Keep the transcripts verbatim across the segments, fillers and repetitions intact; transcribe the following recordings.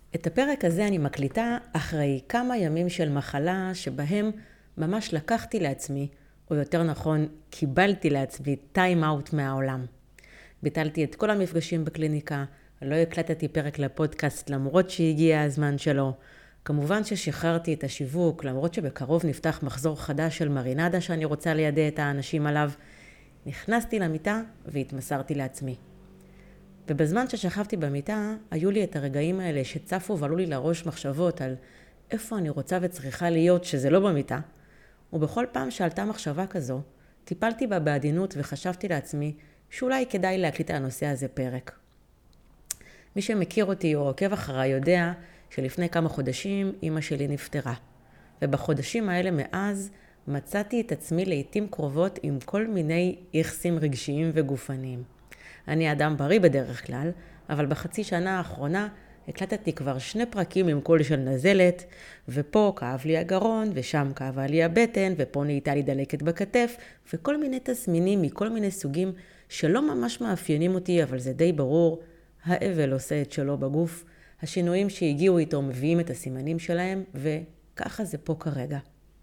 את הפרק הזה אני מקליטה אחרי כמה ימים של מחלה שבהם ממש לקחתי לעצמי, או יותר נכון, קיבלתי לעצמי טיים אאוט מהעולם. ביטלתי את כל המפגשים בקליניקה, לא הקלטתי פרק לפודקאסט למרות שהגיע הזמן שלו. כמובן ששחררתי את השיווק, למרות שבקרוב נפתח מחזור חדש של מרינדה שאני רוצה לידע את האנשים עליו. נכנסתי למיטה והתמסרתי לעצמי. ובזמן ששכבתי במיטה, היו לי את הרגעים האלה שצפו ועלו לי לראש מחשבות על איפה אני רוצה וצריכה להיות שזה לא במיטה. ובכל פעם שעלתה מחשבה כזו, טיפלתי בה בעדינות וחשבתי לעצמי שאולי כדאי להקליט על הנושא הזה פרק. מי שמכיר אותי או עוקב אחריי יודע שלפני כמה חודשים אמא שלי נפטרה. ובחודשים האלה מאז מצאתי את עצמי לעתים קרובות עם כל מיני איכסים רגשיים וגופניים. אני אדם בריא בדרך כלל, אבל בחצי שנה האחרונה הקלטתי כבר שני פרקים עם קול של נזלת, ופה כאב לי הגרון, ושם כאבה לי הבטן, ופה נהייתה לי דלקת בכתף, וכל מיני תסמינים מכל מיני סוגים שלא ממש מאפיינים אותי, אבל זה די ברור. האבל עושה את שלו בגוף, השינויים שהגיעו איתו מביאים את הסימנים שלהם, וככה זה פה כרגע.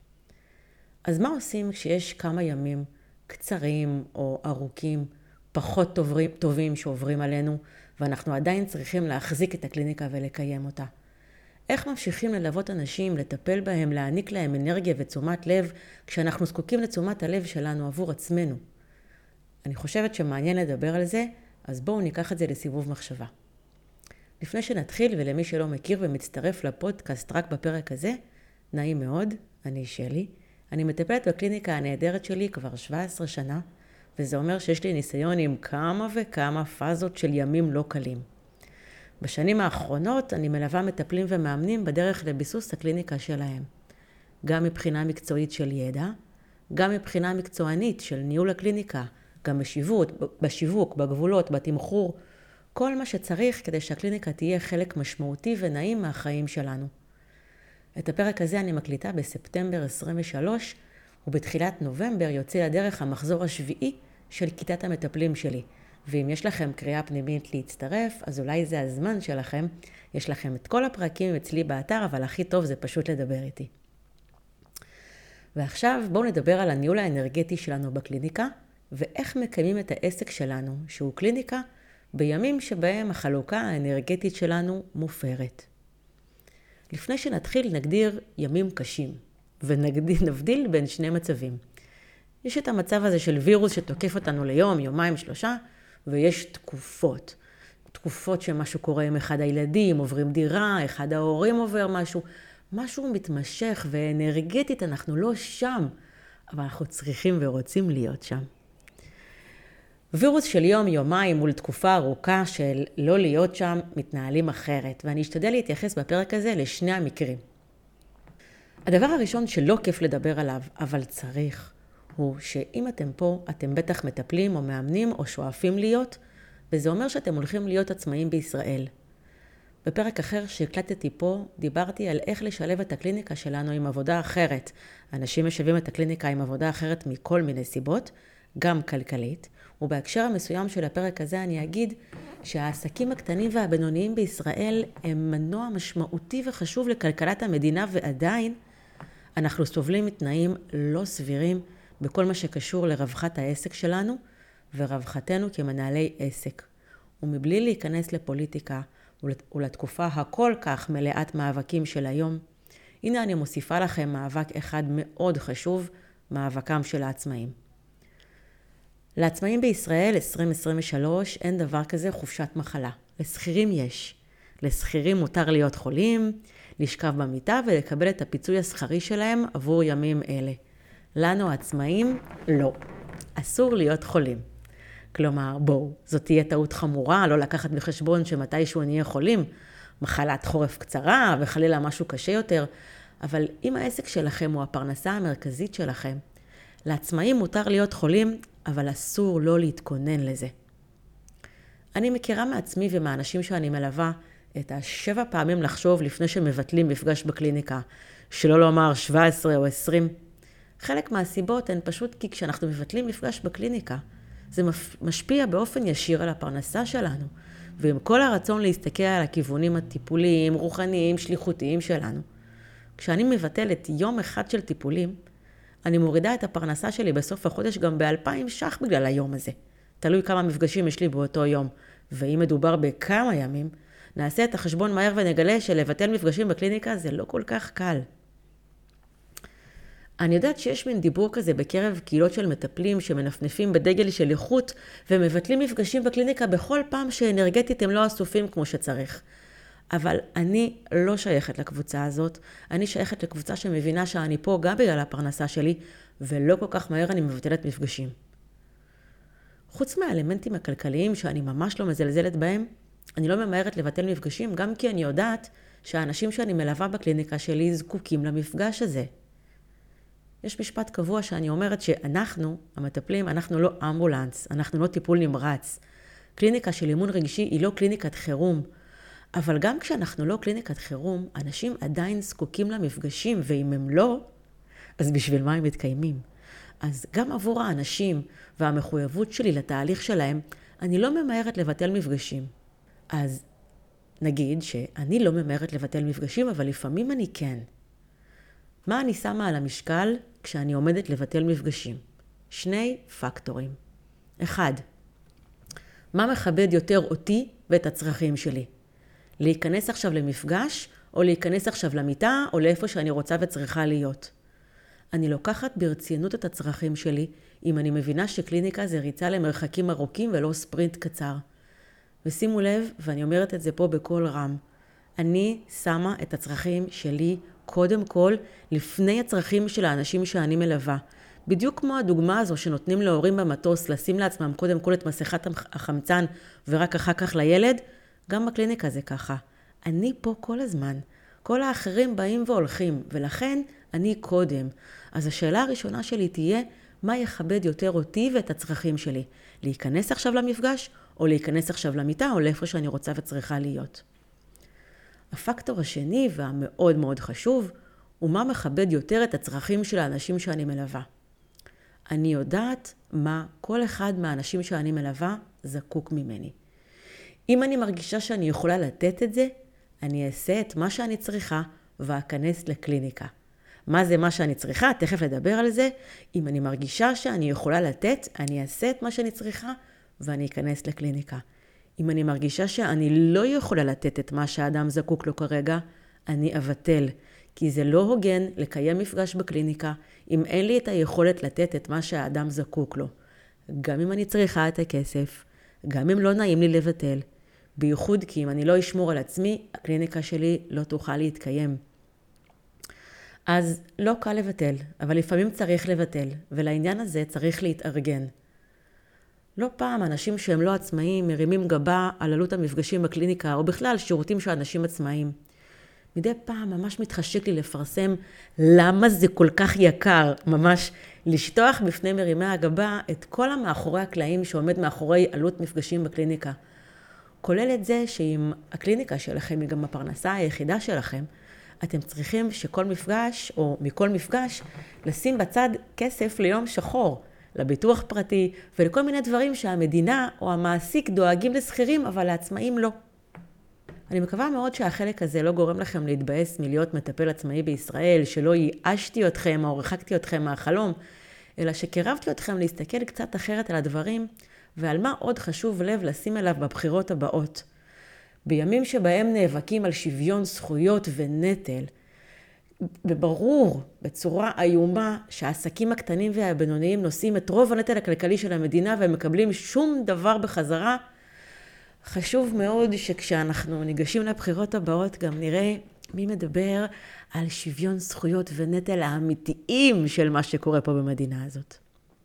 אז מה עושים כשיש כמה ימים קצרים או ארוכים, פחות טובים, טובים שעוברים עלינו, ואנחנו עדיין צריכים להחזיק את הקליניקה ולקיים אותה? איך ממשיכים ללוות אנשים, לטפל בהם, להעניק להם אנרגיה ותשומת לב, כשאנחנו זקוקים לתשומת הלב שלנו עבור עצמנו? אני חושבת שמעניין לדבר על זה, אז בואו ניקח את זה לסיבוב מחשבה. לפני שנתחיל, ולמי שלא מכיר ומצטרף לפודקאסט רק בפרק הזה, נעים מאוד, אני שלי. אני מטפלת בקליניקה הנהדרת שלי כבר שבע עשרה שנה, וזה אומר שיש לי ניסיון עם כמה וכמה פאזות של ימים לא קלים. בשנים האחרונות אני מלווה מטפלים ומאמנים בדרך לביסוס הקליניקה שלהם. גם מבחינה מקצועית של ידע, גם מבחינה מקצוענית של ניהול הקליניקה, גם בשיווק, בשיווק, בגבולות, בתמחור, כל מה שצריך כדי שהקליניקה תהיה חלק משמעותי ונעים מהחיים שלנו. את הפרק הזה אני מקליטה בספטמבר עשרים ושלוש, ובתחילת נובמבר יוצא לדרך המחזור השביעי של כיתת המטפלים שלי. ואם יש לכם קריאה פנימית להצטרף, אז אולי זה הזמן שלכם. יש לכם את כל הפרקים אצלי באתר, אבל הכי טוב זה פשוט לדבר איתי. ועכשיו בואו נדבר על הניהול האנרגטי שלנו בקליניקה, ואיך מקיימים את העסק שלנו, שהוא קליניקה, בימים שבהם החלוקה האנרגטית שלנו מופרת. לפני שנתחיל נגדיר ימים קשים, ונבדיל בין שני מצבים. יש את המצב הזה של וירוס שתוקף אותנו ליום, יומיים, שלושה, ויש תקופות. תקופות שמשהו קורה עם אחד הילדים, עוברים דירה, אחד ההורים עובר משהו, משהו מתמשך ואנרגטית, אנחנו לא שם, אבל אנחנו צריכים ורוצים להיות שם. וירוס של יום, יומיים מול תקופה ארוכה של לא להיות שם מתנהלים אחרת, ואני אשתדל להתייחס בפרק הזה לשני המקרים. הדבר הראשון שלא כיף לדבר עליו, אבל צריך, הוא שאם אתם פה, אתם בטח מטפלים או מאמנים או שואפים להיות, וזה אומר שאתם הולכים להיות עצמאים בישראל. בפרק אחר שהקלטתי פה, דיברתי על איך לשלב את הקליניקה שלנו עם עבודה אחרת. אנשים משלבים את הקליניקה עם עבודה אחרת מכל מיני סיבות, גם כלכלית, ובהקשר המסוים של הפרק הזה אני אגיד שהעסקים הקטנים והבינוניים בישראל הם מנוע משמעותי וחשוב לכלכלת המדינה, ועדיין אנחנו סובלים מתנאים לא סבירים בכל מה שקשור לרווחת העסק שלנו ורווחתנו כמנהלי עסק. ומבלי להיכנס לפוליטיקה ולתקופה הכל כך מלאת מאבקים של היום, הנה אני מוסיפה לכם מאבק אחד מאוד חשוב, מאבקם של העצמאים. לעצמאים בישראל עשרים עשרים ושלוש אין דבר כזה חופשת מחלה. לשכירים יש. לשכירים מותר להיות חולים, לשכב במיטה ולקבל את הפיצוי השכרי שלהם עבור ימים אלה. לנו העצמאים לא. אסור להיות חולים. כלומר, בואו, זאת תהיה טעות חמורה, לא לקחת בחשבון שמתישהו נהיה חולים, מחלת חורף קצרה וחלילה משהו קשה יותר, אבל אם העסק שלכם הוא הפרנסה המרכזית שלכם, לעצמאים מותר להיות חולים, אבל אסור לא להתכונן לזה. אני מכירה מעצמי ומהאנשים שאני מלווה את השבע פעמים לחשוב לפני שמבטלים מפגש בקליניקה, שלא לומר שבע עשרה או עשרים. חלק מהסיבות הן פשוט כי כשאנחנו מבטלים מפגש בקליניקה, זה משפיע באופן ישיר על הפרנסה שלנו, ועם כל הרצון להסתכל על הכיוונים הטיפוליים, רוחניים, שליחותיים שלנו. כשאני מבטלת יום אחד של טיפולים, אני מורידה את הפרנסה שלי בסוף החודש גם ב-אלפיים ש"ח בגלל היום הזה. תלוי כמה מפגשים יש לי באותו יום. ואם מדובר בכמה ימים, נעשה את החשבון מהר ונגלה שלבטל מפגשים בקליניקה זה לא כל כך קל. אני יודעת שיש מין דיבור כזה בקרב קהילות של מטפלים שמנפנפים בדגל של איכות ומבטלים מפגשים בקליניקה בכל פעם שאנרגטית הם לא אסופים כמו שצריך. אבל אני לא שייכת לקבוצה הזאת, אני שייכת לקבוצה שמבינה שאני פה גם בגלל הפרנסה שלי, ולא כל כך מהר אני מבטלת מפגשים. חוץ מהאלמנטים הכלכליים שאני ממש לא מזלזלת בהם, אני לא ממהרת לבטל מפגשים, גם כי אני יודעת שהאנשים שאני מלווה בקליניקה שלי זקוקים למפגש הזה. יש משפט קבוע שאני אומרת שאנחנו, המטפלים, אנחנו לא אמבולנס, אנחנו לא טיפול נמרץ. קליניקה של אימון רגשי היא לא קליניקת חירום, אבל גם כשאנחנו לא קליניקת חירום, אנשים עדיין זקוקים למפגשים, ואם הם לא, אז בשביל מה הם מתקיימים? אז גם עבור האנשים והמחויבות שלי לתהליך שלהם, אני לא ממהרת לבטל מפגשים. אז נגיד שאני לא ממהרת לבטל מפגשים, אבל לפעמים אני כן. מה אני שמה על המשקל כשאני עומדת לבטל מפגשים? שני פקטורים. אחד, מה מכבד יותר אותי ואת הצרכים שלי? להיכנס עכשיו למפגש, או להיכנס עכשיו למיטה, או לאיפה שאני רוצה וצריכה להיות. אני לוקחת ברצינות את הצרכים שלי, אם אני מבינה שקליניקה זה ריצה למרחקים ארוכים ולא ספרינט קצר. ושימו לב, ואני אומרת את זה פה בכל רם, אני שמה את הצרכים שלי קודם כל לפני הצרכים של האנשים שאני מלווה. בדיוק כמו הדוגמה הזו שנותנים להורים במטוס לשים לעצמם קודם כל את מסכת החמצן ורק אחר כך לילד, גם בקליניקה זה ככה. אני פה כל הזמן. כל האחרים באים והולכים, ולכן אני קודם. אז השאלה הראשונה שלי תהיה, מה יכבד יותר אותי ואת הצרכים שלי? להיכנס עכשיו למפגש, או להיכנס עכשיו למיטה, או לאיפה שאני רוצה וצריכה להיות. הפקטור השני, והמאוד מאוד חשוב, הוא מה מכבד יותר את הצרכים של האנשים שאני מלווה. אני יודעת מה כל אחד מהאנשים שאני מלווה זקוק ממני. אם אני מרגישה שאני יכולה לתת את זה, אני אעשה את מה שאני צריכה ואכנס לקליניקה. מה זה מה שאני צריכה? תכף לדבר על זה. אם אני מרגישה שאני יכולה לתת, אני אעשה את מה שאני צריכה ואני אכנס לקליניקה. אם אני מרגישה שאני לא יכולה לתת את מה שהאדם זקוק לו כרגע, אני אבטל. כי זה לא הוגן לקיים מפגש בקליניקה אם אין לי את היכולת לתת את מה שהאדם זקוק לו. גם אם אני צריכה את הכסף, גם אם לא נעים לי לבטל. בייחוד כי אם אני לא אשמור על עצמי, הקליניקה שלי לא תוכל להתקיים. אז לא קל לבטל, אבל לפעמים צריך לבטל, ולעניין הזה צריך להתארגן. לא פעם אנשים שהם לא עצמאים מרימים גבה על עלות המפגשים בקליניקה, או בכלל שירותים של אנשים עצמאים. מדי פעם ממש מתחשק לי לפרסם למה זה כל כך יקר, ממש לשטוח בפני מרימי הגבה את כל המאחורי הקלעים שעומד מאחורי עלות מפגשים בקליניקה. כולל את זה שאם הקליניקה שלכם היא גם הפרנסה היחידה שלכם, אתם צריכים שכל מפגש או מכל מפגש לשים בצד כסף ליום שחור, לביטוח פרטי ולכל מיני דברים שהמדינה או המעסיק דואגים לסחירים אבל לעצמאים לא. אני מקווה מאוד שהחלק הזה לא גורם לכם להתבאס מלהיות מטפל עצמאי בישראל, שלא ייאשתי אתכם או רחקתי אתכם מהחלום, אלא שקרבתי אתכם להסתכל קצת אחרת על הדברים ועל מה עוד חשוב לב לשים אליו בבחירות הבאות. בימים שבהם נאבקים על שוויון זכויות ונטל, וברור בצורה איומה שהעסקים הקטנים והבינוניים נושאים את רוב הנטל הכלכלי של המדינה והם מקבלים שום דבר בחזרה, חשוב מאוד שכשאנחנו ניגשים לבחירות הבאות גם נראה מי מדבר על שוויון זכויות ונטל האמיתיים של מה שקורה פה במדינה הזאת.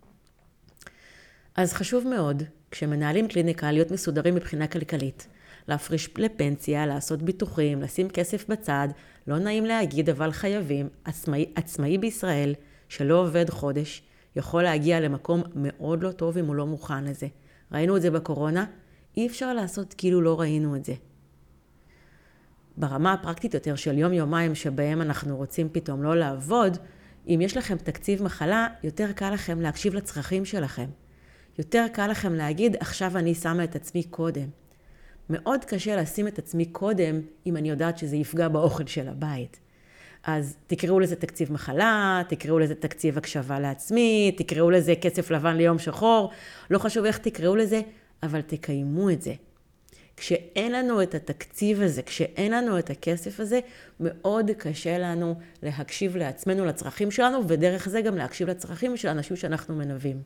אז חשוב מאוד, כשמנהלים קליניקה, להיות מסודרים מבחינה כלכלית, להפריש לפנסיה, לעשות ביטוחים, לשים כסף בצד, לא נעים להגיד, אבל חייבים. עצמאי, עצמאי בישראל שלא עובד חודש, יכול להגיע למקום מאוד לא טוב אם הוא לא מוכן לזה. ראינו את זה בקורונה, אי אפשר לעשות כאילו לא ראינו את זה. ברמה הפרקטית יותר של יום-יומיים שבהם אנחנו רוצים פתאום לא לעבוד, אם יש לכם תקציב מחלה, יותר קל לכם להקשיב לצרכים שלכם. יותר קל לכם להגיד, עכשיו אני שמה את עצמי קודם. מאוד קשה לשים את עצמי קודם אם אני יודעת שזה יפגע באוכל של הבית. אז תקראו לזה תקציב מחלה, תקראו לזה תקציב הקשבה לעצמי, תקראו לזה כסף לבן ליום שחור, לא חשוב איך תקראו לזה, אבל תקיימו את זה. כשאין לנו את התקציב הזה, כשאין לנו את הכסף הזה, מאוד קשה לנו להקשיב לעצמנו, לצרכים שלנו, ודרך זה גם להקשיב לצרכים של אנשים שאנחנו מנווים.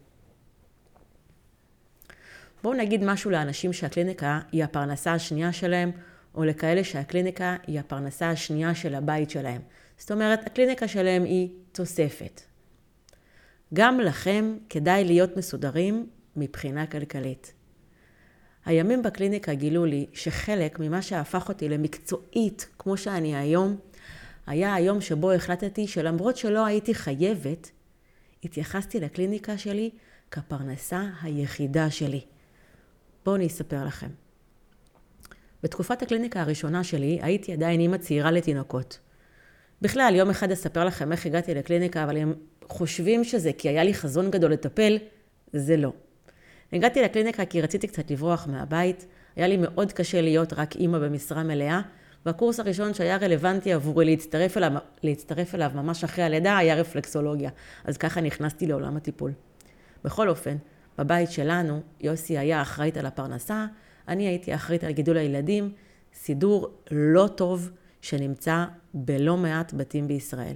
בואו נגיד משהו לאנשים שהקליניקה היא הפרנסה השנייה שלהם, או לכאלה שהקליניקה היא הפרנסה השנייה של הבית שלהם. זאת אומרת, הקליניקה שלהם היא תוספת. גם לכם כדאי להיות מסודרים מבחינה כלכלית. הימים בקליניקה גילו לי שחלק ממה שהפך אותי למקצועית כמו שאני היום, היה היום שבו החלטתי שלמרות שלא הייתי חייבת, התייחסתי לקליניקה שלי כפרנסה היחידה שלי. בואו אני אספר לכם. בתקופת הקליניקה הראשונה שלי הייתי עדיין אימא צעירה לתינוקות. בכלל, יום אחד אספר לכם איך הגעתי לקליניקה, אבל הם חושבים שזה כי היה לי חזון גדול לטפל, זה לא. הגעתי לקליניקה כי רציתי קצת לברוח מהבית, היה לי מאוד קשה להיות רק אימא במשרה מלאה, והקורס הראשון שהיה רלוונטי עבורי להצטרף אליו, להצטרף אליו ממש אחרי הלידה היה רפלקסולוגיה, אז ככה נכנסתי לעולם הטיפול. בכל אופן, בבית שלנו, יוסי היה אחראית על הפרנסה, אני הייתי אחראית על גידול הילדים, סידור לא טוב שנמצא בלא מעט בתים בישראל.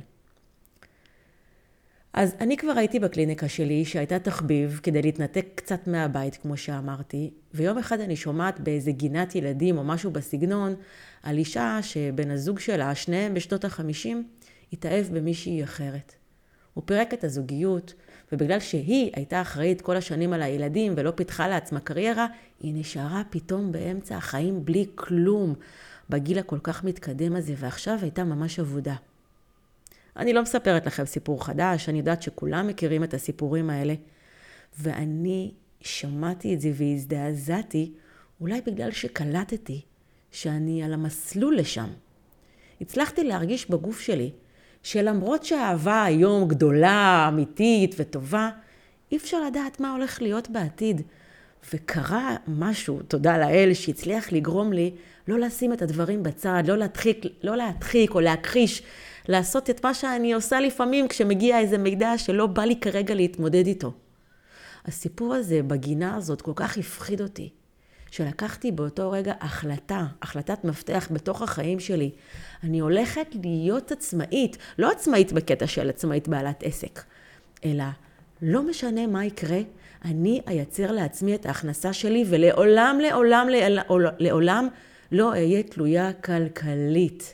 אז אני כבר הייתי בקליניקה שלי שהייתה תחביב כדי להתנתק קצת מהבית כמו שאמרתי, ויום אחד אני שומעת באיזה גינת ילדים או משהו בסגנון על אישה שבן הזוג שלה, שניהם בשנות החמישים, התאהב במישהי אחרת. הוא פירק את הזוגיות, ובגלל שהיא הייתה אחראית כל השנים על הילדים ולא פיתחה לעצמה קריירה, היא נשארה פתאום באמצע החיים בלי כלום בגיל הכל כך מתקדם הזה, ועכשיו הייתה ממש עבודה. אני לא מספרת לכם סיפור חדש, אני יודעת שכולם מכירים את הסיפורים האלה, ואני שמעתי את זה והזדעזעתי, אולי בגלל שקלטתי שאני על המסלול לשם. הצלחתי להרגיש בגוף שלי, שלמרות שהאהבה היום גדולה, אמיתית וטובה, אי אפשר לדעת מה הולך להיות בעתיד. וקרה משהו, תודה לאל, שהצליח לגרום לי לא לשים את הדברים בצד, לא להדחיק, לא להדחיק או להכחיש, לעשות את מה שאני עושה לפעמים כשמגיע איזה מידע שלא בא לי כרגע להתמודד איתו. הסיפור הזה בגינה הזאת כל כך הפחיד אותי, שלקחתי באותו רגע החלטה, החלטת מפתח בתוך החיים שלי. אני הולכת להיות עצמאית, לא עצמאית בקטע של עצמאית בעלת עסק, אלא לא משנה מה יקרה, אני אייצר לעצמי את ההכנסה שלי, ולעולם, לעולם, לעולם, לעולם לא אהיה תלויה כלכלית.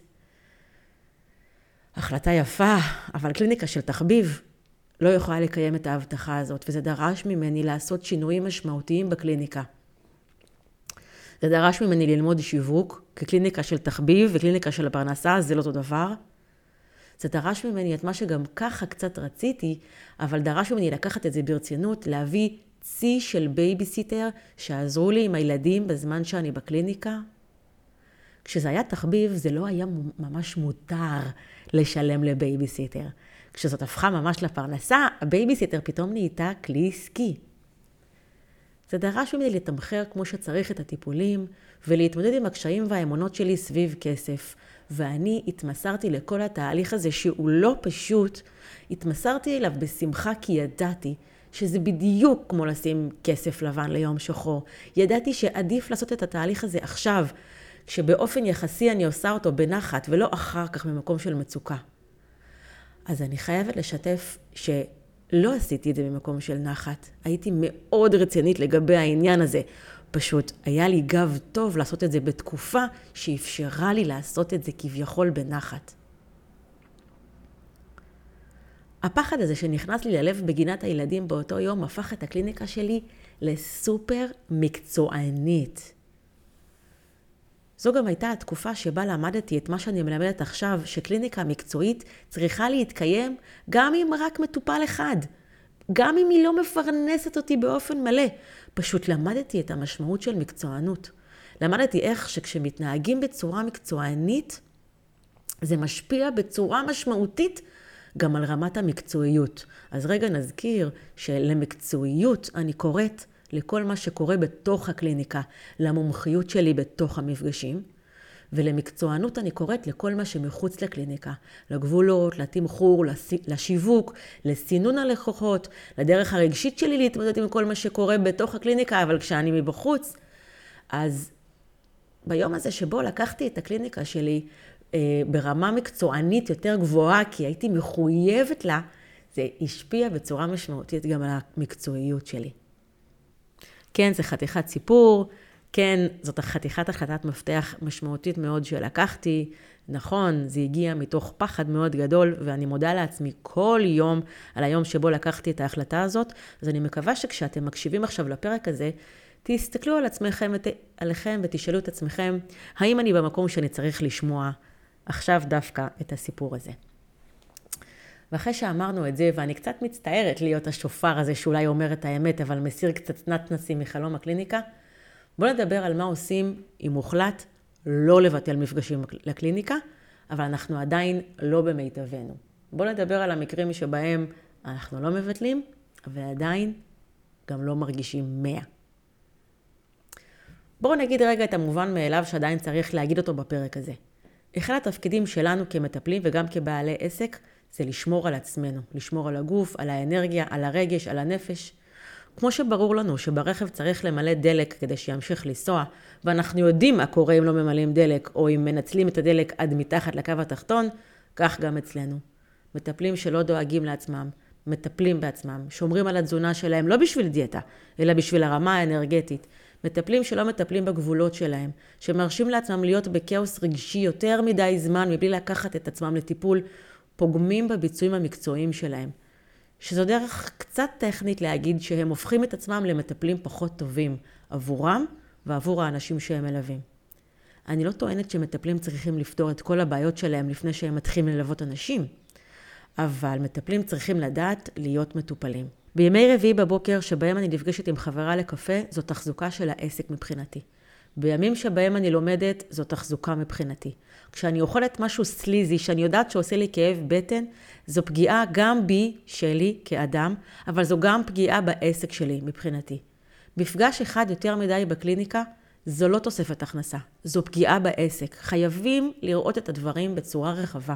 החלטה יפה, אבל קליניקה של תחביב לא יכולה לקיים את ההבטחה הזאת, וזה דרש ממני לעשות שינויים משמעותיים בקליניקה. זה דרש ממני ללמוד שיווק, כקליניקה של תחביב וקליניקה של הפרנסה, זה לא אותו דבר. זה דרש ממני את מה שגם ככה קצת רציתי, אבל דרש ממני לקחת את זה ברצינות, להביא צי של בייביסיטר שעזרו לי עם הילדים בזמן שאני בקליניקה. כשזה היה תחביב, זה לא היה ממש מותר לשלם לבייביסיטר. כשזאת הפכה ממש לפרנסה, הבייביסיטר פתאום נהייתה כלי עסקי. זה דרש ממני לתמחר כמו שצריך את הטיפולים, ולהתמודד עם הקשיים והאמונות שלי סביב כסף. ואני התמסרתי לכל התהליך הזה שהוא לא פשוט, התמסרתי אליו בשמחה כי ידעתי שזה בדיוק כמו לשים כסף לבן ליום שחור. ידעתי שעדיף לעשות את התהליך הזה עכשיו, כשבאופן יחסי אני עושה אותו בנחת ולא אחר כך ממקום של מצוקה. אז אני חייבת לשתף שלא עשיתי את זה ממקום של נחת. הייתי מאוד רצינית לגבי העניין הזה. פשוט היה לי גב טוב לעשות את זה בתקופה שאפשרה לי לעשות את זה כביכול בנחת. הפחד הזה שנכנס לי ללב בגינת הילדים באותו יום הפך את הקליניקה שלי לסופר מקצוענית. זו גם הייתה התקופה שבה למדתי את מה שאני מלמדת עכשיו, שקליניקה מקצועית צריכה להתקיים גם אם רק מטופל אחד. גם אם היא לא מפרנסת אותי באופן מלא. פשוט למדתי את המשמעות של מקצוענות. למדתי איך שכשמתנהגים בצורה מקצוענית, זה משפיע בצורה משמעותית גם על רמת המקצועיות. אז רגע נזכיר שלמקצועיות אני קוראת לכל מה שקורה בתוך הקליניקה, למומחיות שלי בתוך המפגשים, ולמקצוענות אני קוראת לכל מה שמחוץ לקליניקה, לגבולות, לתמחור, לשיווק, לסינון הלקוחות, לדרך הרגשית שלי להתמודד עם כל מה שקורה בתוך הקליניקה, אבל כשאני מבחוץ, אז ביום הזה שבו לקחתי את הקליניקה שלי אה, ברמה מקצוענית יותר גבוהה, כי הייתי מחויבת לה, זה השפיע בצורה משמעותית גם על המקצועיות שלי. כן, זה חתיכת סיפור, כן, זאת חתיכת החלטת מפתח משמעותית מאוד שלקחתי. נכון, זה הגיע מתוך פחד מאוד גדול, ואני מודה לעצמי כל יום על היום שבו לקחתי את ההחלטה הזאת. אז אני מקווה שכשאתם מקשיבים עכשיו לפרק הזה, תסתכלו על עצמכם, עליכם ותשאלו את עצמכם, האם אני במקום שאני צריך לשמוע עכשיו דווקא את הסיפור הזה. ואחרי שאמרנו את זה, ואני קצת מצטערת להיות השופר הזה שאולי אומר את האמת, אבל מסיר קצת נתנסים מחלום הקליניקה, בואו נדבר על מה עושים אם מוחלט לא לבטל מפגשים לקליניקה, אבל אנחנו עדיין לא במיטבנו. בואו נדבר על המקרים שבהם אנחנו לא מבטלים, ועדיין גם לא מרגישים מאה. בואו נגיד רגע את המובן מאליו שעדיין צריך להגיד אותו בפרק הזה. אחד התפקידים שלנו כמטפלים וגם כבעלי עסק, זה לשמור על עצמנו, לשמור על הגוף, על האנרגיה, על הרגש, על הנפש. כמו שברור לנו שברכב צריך למלא דלק כדי שימשיך לנסוע, ואנחנו יודעים מה קורה אם לא ממלאים דלק, או אם מנצלים את הדלק עד מתחת לקו התחתון, כך גם אצלנו. מטפלים שלא דואגים לעצמם, מטפלים בעצמם, שומרים על התזונה שלהם, לא בשביל דיאטה, אלא בשביל הרמה האנרגטית. מטפלים שלא מטפלים בגבולות שלהם, שמרשים לעצמם להיות בכאוס רגשי יותר מדי זמן, מבלי לקחת את עצמם לטיפול, פוגמים בביצועים המקצועיים שלהם. שזו דרך קצת טכנית להגיד שהם הופכים את עצמם למטפלים פחות טובים עבורם ועבור האנשים שהם מלווים. אני לא טוענת שמטפלים צריכים לפתור את כל הבעיות שלהם לפני שהם מתחילים ללוות אנשים, אבל מטפלים צריכים לדעת להיות מטופלים. בימי רביעי בבוקר שבהם אני נפגשת עם חברה לקפה, זו תחזוקה של העסק מבחינתי. בימים שבהם אני לומדת, זו תחזוקה מבחינתי. כשאני אוכלת משהו סליזי, שאני יודעת שעושה לי כאב בטן, זו פגיעה גם בי, שלי, כאדם, אבל זו גם פגיעה בעסק שלי מבחינתי. מפגש אחד יותר מדי בקליניקה, זו לא תוספת הכנסה, זו פגיעה בעסק. חייבים לראות את הדברים בצורה רחבה.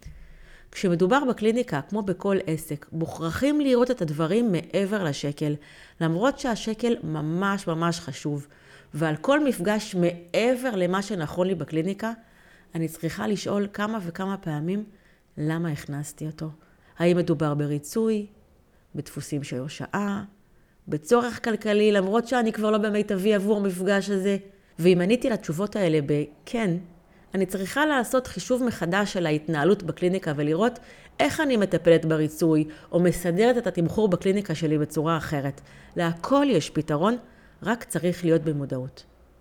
כשמדובר בקליניקה, כמו בכל עסק, מוכרחים לראות את הדברים מעבר לשקל, למרות שהשקל ממש ממש חשוב. ועל כל מפגש מעבר למה שנכון לי בקליניקה, אני צריכה לשאול כמה וכמה פעמים למה הכנסתי אותו. האם מדובר בריצוי, בדפוסים של הושעה, בצורך כלכלי, למרות שאני כבר לא במיטבי עבור המפגש הזה. ואם עניתי לתשובות האלה בכן, אני צריכה לעשות חישוב מחדש של ההתנהלות בקליניקה ולראות איך אני מטפלת בריצוי או מסדרת את התמחור בקליניקה שלי בצורה אחרת. להכל יש פתרון, רק צריך להיות במודעות.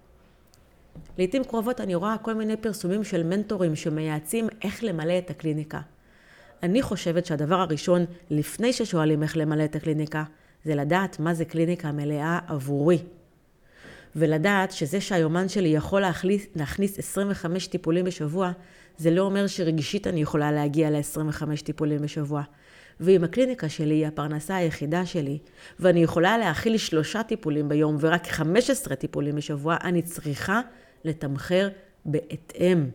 לעתים קרובות אני רואה כל מיני פרסומים של מנטורים שמייעצים איך למלא את הקליניקה. אני חושבת שהדבר הראשון לפני ששואלים איך למלא את הקליניקה, זה לדעת מה זה קליניקה מלאה עבורי. ולדעת שזה שהיומן שלי יכול להכניס, להכניס עשרים וחמישה טיפולים בשבוע, זה לא אומר שרגשית אני יכולה להגיע ל-עשרים וחמישה טיפולים בשבוע. ואם הקליניקה שלי היא הפרנסה היחידה שלי, ואני יכולה להכיל שלושה טיפולים ביום ורק חמישה עשר טיפולים בשבוע, אני צריכה לתמחר בהתאם.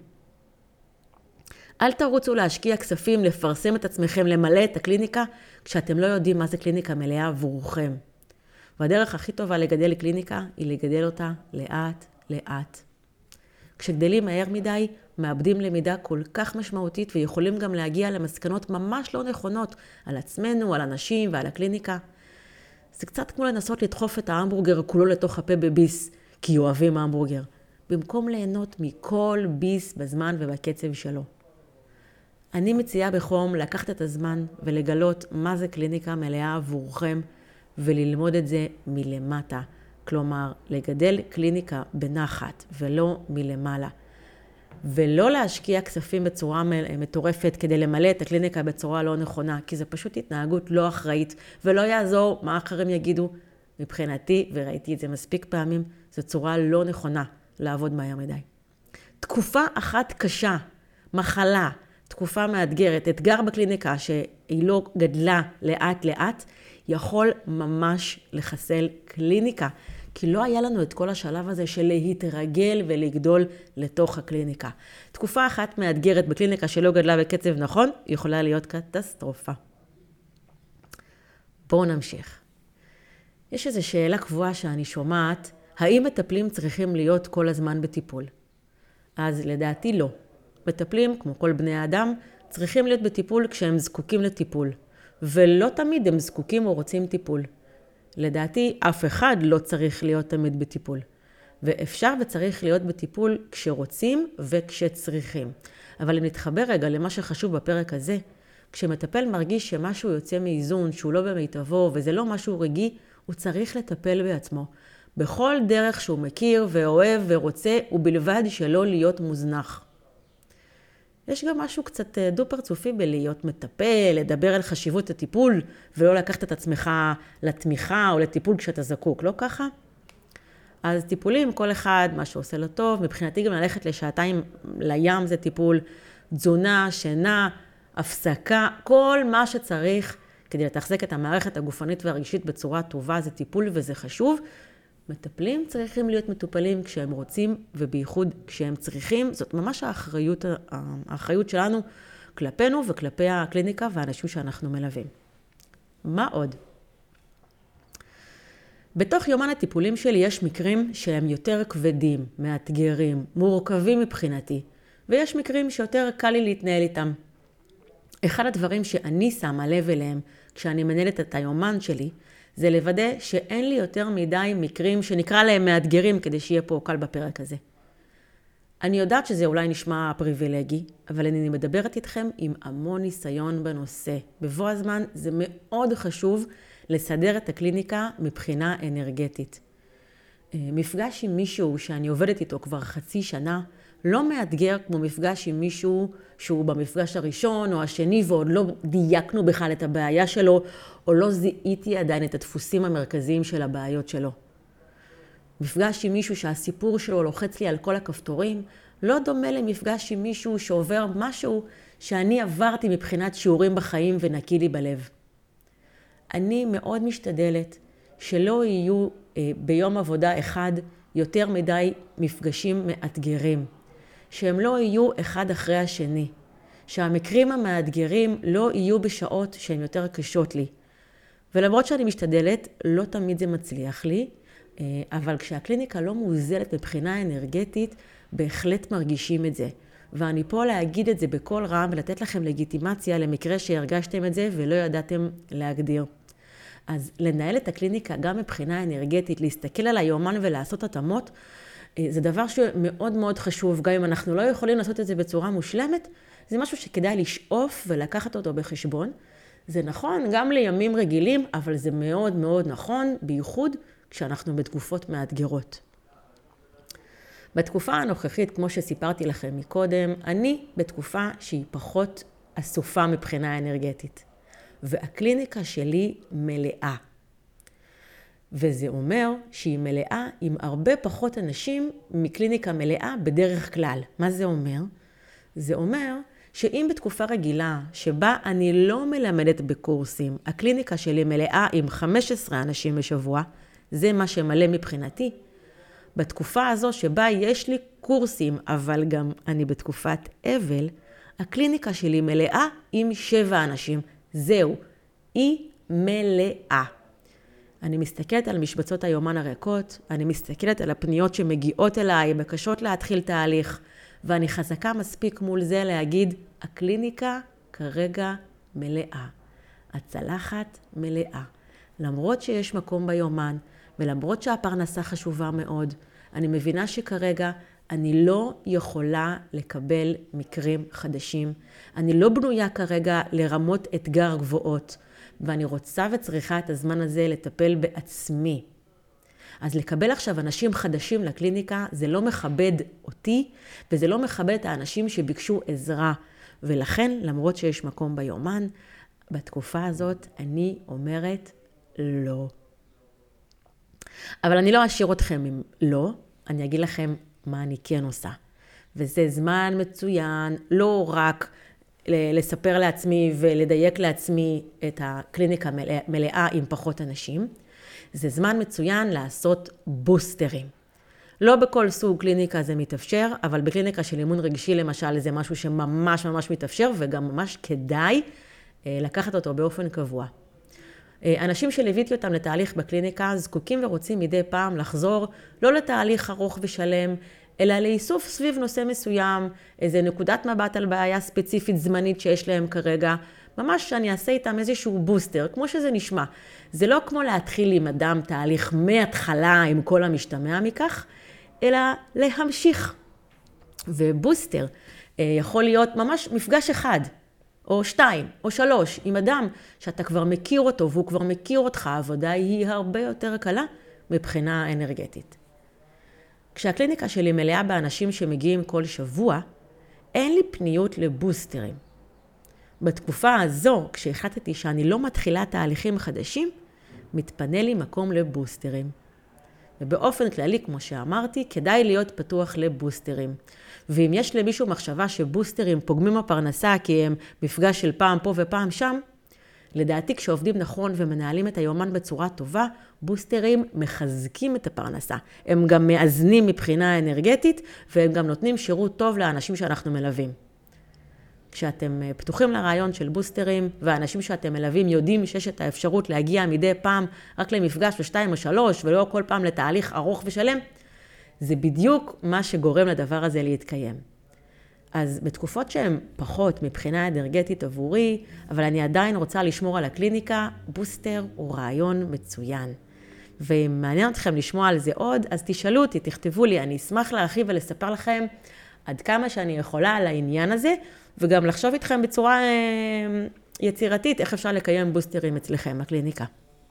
אל תרוצו להשקיע כספים, לפרסם את עצמכם, למלא את הקליניקה, כשאתם לא יודעים מה זה קליניקה מלאה עבורכם. והדרך הכי טובה לגדל קליניקה היא לגדל אותה לאט לאט. כשגדלים מהר מדי, מאבדים למידה כל כך משמעותית ויכולים גם להגיע למסקנות ממש לא נכונות על עצמנו, על אנשים ועל הקליניקה. זה קצת כמו לנסות לדחוף את ההמבורגר כולו לתוך הפה בביס, כי אוהבים ההמבורגר, במקום ליהנות מכל ביס בזמן ובקצב שלו. אני מציעה בחום לקחת את הזמן ולגלות מה זה קליניקה מלאה עבורכם, וללמוד את זה מלמטה. כלומר, לגדל קליניקה בנחת ולא מלמעלה. ולא להשקיע כספים בצורה מטורפת כדי למלא את הקליניקה בצורה לא נכונה, כי זה פשוט התנהגות לא אחראית, ולא יעזור מה אחרים יגידו. מבחינתי, וראיתי את זה מספיק פעמים, זו צורה לא נכונה לעבוד מהר מדי. תקופה אחת קשה, מחלה, תקופה מאתגרת, אתגר בקליניקה שהיא לא גדלה לאט לאט, יכול ממש לחסל קליניקה, כי לא היה לנו את כל השלב הזה של להתרגל ולגדול לתוך הקליניקה. תקופה אחת מאתגרת בקליניקה שלא גדלה בקצב נכון, יכולה להיות קטסטרופה. בואו נמשיך. יש איזו שאלה קבועה שאני שומעת, האם מטפלים צריכים להיות כל הזמן בטיפול? אז לדעתי לא. מטפלים, כמו כל בני האדם, צריכים להיות בטיפול כשהם זקוקים לטיפול, ולא תמיד הם זקוקים או רוצים טיפול. לדעתי, אף אחד לא צריך להיות תמיד בטיפול. ואפשר וצריך להיות בטיפול כשרוצים וכשצריכים. אבל אם נתחבר רגע למה שחשוב בפרק הזה, כשמטפל מרגיש שמשהו יוצא מאיזון, שהוא לא במיטבו, וזה לא משהו רגעי, הוא צריך לטפל בעצמו. בכל דרך שהוא מכיר ואוהב ורוצה, ובלבד שלא להיות מוזנח. יש גם משהו קצת דו פרצופי בלהיות מטפל, לדבר על חשיבות הטיפול, ולא לקחת את עצמך לתמיכה או לטיפול כשאתה זקוק, לא ככה? אז טיפולים, כל אחד, מה שעושה לו טוב, מבחינתי גם ללכת לשעתיים לים זה טיפול, תזונה, שינה, הפסקה, כל מה שצריך כדי לתחזק את המערכת הגופנית והרגשית בצורה טובה, זה טיפול וזה חשוב. מטפלים צריכים להיות מטופלים כשהם רוצים ובייחוד כשהם צריכים. זאת ממש האחריות, האחריות שלנו כלפינו וכלפי הקליניקה והאנשים שאנחנו מלווים. מה עוד? בתוך יומן הטיפולים שלי יש מקרים שהם יותר כבדים, מאתגרים, מורכבים מבחינתי, ויש מקרים שיותר קל לי להתנהל איתם. אחד הדברים שאני שמה לב אליהם כשאני מנהלת את היומן שלי, זה לוודא שאין לי יותר מדי מקרים שנקרא להם מאתגרים כדי שיהיה פה קל בפרק הזה. אני יודעת שזה אולי נשמע פריבילגי, אבל אני מדברת איתכם עם המון ניסיון בנושא. בבוא הזמן זה מאוד חשוב לסדר את הקליניקה מבחינה אנרגטית. מפגש עם מישהו שאני עובדת איתו כבר חצי שנה, לא מאתגר כמו מפגש עם מישהו שהוא במפגש הראשון או השני ועוד לא דייקנו בכלל את הבעיה שלו, או לא זיהיתי עדיין את הדפוסים המרכזיים של הבעיות שלו. מפגש עם מישהו שהסיפור שלו לוחץ לי על כל הכפתורים, לא דומה למפגש עם מישהו שעובר משהו שאני עברתי מבחינת שיעורים בחיים ונקי לי בלב. אני מאוד משתדלת שלא יהיו אה, ביום עבודה אחד יותר מדי מפגשים מאתגרים, שהם לא יהיו אחד אחרי השני, שהמקרים המאתגרים לא יהיו בשעות שהן יותר קשות לי. ולמרות שאני משתדלת, לא תמיד זה מצליח לי, אבל כשהקליניקה לא מאוזלת מבחינה אנרגטית, בהחלט מרגישים את זה. ואני פה להגיד את זה בכל רם ולתת לכם לגיטימציה למקרה שהרגשתם את זה ולא ידעתם להגדיר. אז לנהל את הקליניקה גם מבחינה אנרגטית, להסתכל על היומן ולעשות התאמות, זה דבר שמאוד מאוד חשוב, גם אם אנחנו לא יכולים לעשות את זה בצורה מושלמת, זה משהו שכדאי לשאוף ולקחת אותו בחשבון. זה נכון גם לימים רגילים, אבל זה מאוד מאוד נכון, בייחוד כשאנחנו בתקופות מאתגרות. בתקופה הנוכחית, כמו שסיפרתי לכם מקודם, אני בתקופה שהיא פחות אסופה מבחינה אנרגטית. והקליניקה שלי מלאה. וזה אומר שהיא מלאה עם הרבה פחות אנשים מקליניקה מלאה בדרך כלל. מה זה אומר? זה אומר שאם בתקופה רגילה שבה אני לא מלמדת בקורסים, הקליניקה שלי מלאה עם חמישה עשר אנשים בשבוע, זה מה שמלא מבחינתי. בתקופה הזו שבה יש לי קורסים, אבל גם אני בתקופת אבל, הקליניקה שלי מלאה עם שבע אנשים. זהו, היא מלאה. אני מסתכלת על משבצות היומן הריקות, אני מסתכלת על הפניות שמגיעות אליי, בקשות להתחיל תהליך, ואני חזקה מספיק מול זה להגיד, הקליניקה כרגע מלאה. הצלחת מלאה. למרות שיש מקום ביומן, ולמרות שהפרנסה חשובה מאוד, אני מבינה שכרגע אני לא יכולה לקבל מקרים חדשים. אני לא בנויה כרגע לרמות אתגר גבוהות, ואני רוצה וצריכה את הזמן הזה לטפל בעצמי. אז לקבל עכשיו אנשים חדשים לקליניקה, זה לא מכבד אותי, וזה לא מכבד את האנשים שביקשו עזרה. ולכן, למרות שיש מקום ביומן, בתקופה הזאת אני אומרת לא. אבל אני לא אשאיר אתכם עם לא, אני אגיד לכם מה אני כן עושה. וזה זמן מצוין, לא רק לספר לעצמי ולדייק לעצמי את הקליניקה מלאה עם פחות אנשים. זה זמן מצוין לעשות בוסטרים. לא בכל סוג קליניקה זה מתאפשר, אבל בקליניקה של אימון רגשי למשל זה משהו שממש ממש מתאפשר וגם ממש כדאי לקחת אותו באופן קבוע. אנשים שליוויתי אותם לתהליך בקליניקה זקוקים ורוצים מדי פעם לחזור לא לתהליך ארוך ושלם, אלא לאיסוף סביב נושא מסוים, איזה נקודת מבט על בעיה ספציפית זמנית שיש להם כרגע, ממש שאני אעשה איתם איזשהו בוסטר, כמו שזה נשמע. זה לא כמו להתחיל עם אדם תהליך מההתחלה עם כל המשתמע מכך, אלא להמשיך. ובוסטר יכול להיות ממש מפגש אחד, או שתיים, או שלוש, עם אדם שאתה כבר מכיר אותו והוא כבר מכיר אותך, העבודה היא הרבה יותר קלה מבחינה אנרגטית. כשהקליניקה שלי מלאה באנשים שמגיעים כל שבוע, אין לי פניות לבוסטרים. בתקופה הזו, כשהחלטתי שאני לא מתחילה תהליכים חדשים, מתפנה לי מקום לבוסטרים. ובאופן כללי, כמו שאמרתי, כדאי להיות פתוח לבוסטרים. ואם יש למישהו מחשבה שבוסטרים פוגמים הפרנסה כי הם מפגש של פעם פה ופעם שם, לדעתי כשעובדים נכון ומנהלים את היומן בצורה טובה, בוסטרים מחזקים את הפרנסה. הם גם מאזנים מבחינה אנרגטית, והם גם נותנים שירות טוב לאנשים שאנחנו מלווים. כשאתם פתוחים לרעיון של בוסטרים, והאנשים שאתם מלווים יודעים שיש את האפשרות להגיע מדי פעם רק למפגש או שתיים או שלוש, ולא כל פעם לתהליך ארוך ושלם, זה בדיוק מה שגורם לדבר הזה להתקיים. אז בתקופות שהן פחות מבחינה אנרגטית עבורי, אבל אני עדיין רוצה לשמור על הקליניקה, בוסטר הוא רעיון מצוין. ואם מעניין אתכם לשמוע על זה עוד, אז תשאלו אותי, תכתבו לי, אני אשמח להרחיב ולספר לכם עד כמה שאני יכולה על העניין הזה, וגם לחשוב איתכם בצורה יצירתית, איך אפשר לקיים בוסטרים אצלכם, הקליניקה.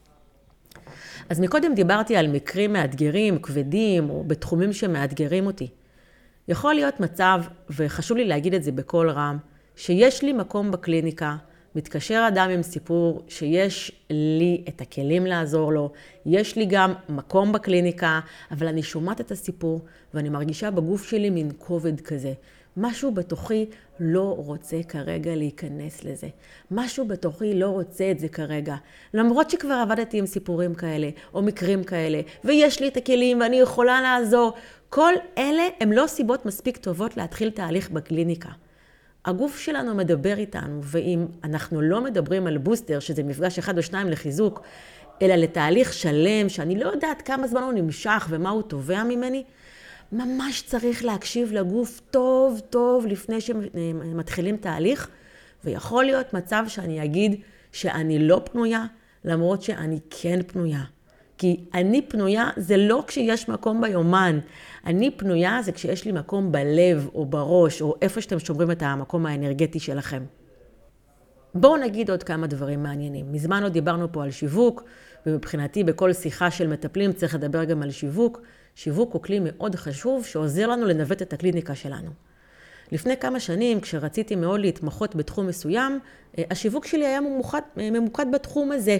אז מקודם דיברתי על מקרים מאתגרים, כבדים, או בתחומים שמאתגרים אותי. יכול להיות מצב, וחשוב לי להגיד את זה בכל רם, שיש לי מקום בקליניקה, מתקשר אדם עם סיפור שיש לי את הכלים לעזור לו, יש לי גם מקום בקליניקה, אבל אני שומעת את הסיפור ואני מרגישה בגוף שלי מין כובד כזה. משהו בתוכי לא רוצה כרגע להיכנס לזה. משהו בתוכי לא רוצה את זה כרגע. למרות שכבר עבדתי עם סיפורים כאלה או מקרים כאלה, ויש לי את הכלים ואני יכולה לעזור, כל אלה הם לא סיבות מספיק טובות להתחיל תהליך בקליניקה. הגוף שלנו מדבר איתנו, ואם אנחנו לא מדברים על בוסטר, שזה מפגש אחד או שניים לחיזוק, אלא לתהליך שלם, שאני לא יודעת כמה זמן הוא נמשך ומה הוא תובע ממני, ממש צריך להקשיב לגוף טוב טוב לפני שמתחילים תהליך, ויכול להיות מצב שאני אגיד שאני לא פנויה, למרות שאני כן פנויה. כי אני פנויה זה לא כשיש מקום ביומן, אני פנויה זה כשיש לי מקום בלב או בראש, או איפה שאתם שומרים את המקום האנרגטי שלכם. בואו נגיד עוד כמה דברים מעניינים. מזמן לא דיברנו פה על שיווק, ומבחינתי בכל שיחה של מטפלים צריך לדבר גם על שיווק. שיווק הוא כלי מאוד חשוב שעוזר לנו לנווט את הקליניקה שלנו. לפני כמה שנים, כשרציתי מאוד להתמחות בתחום מסוים, השיווק שלי היה ממוקד, ממוקד בתחום הזה.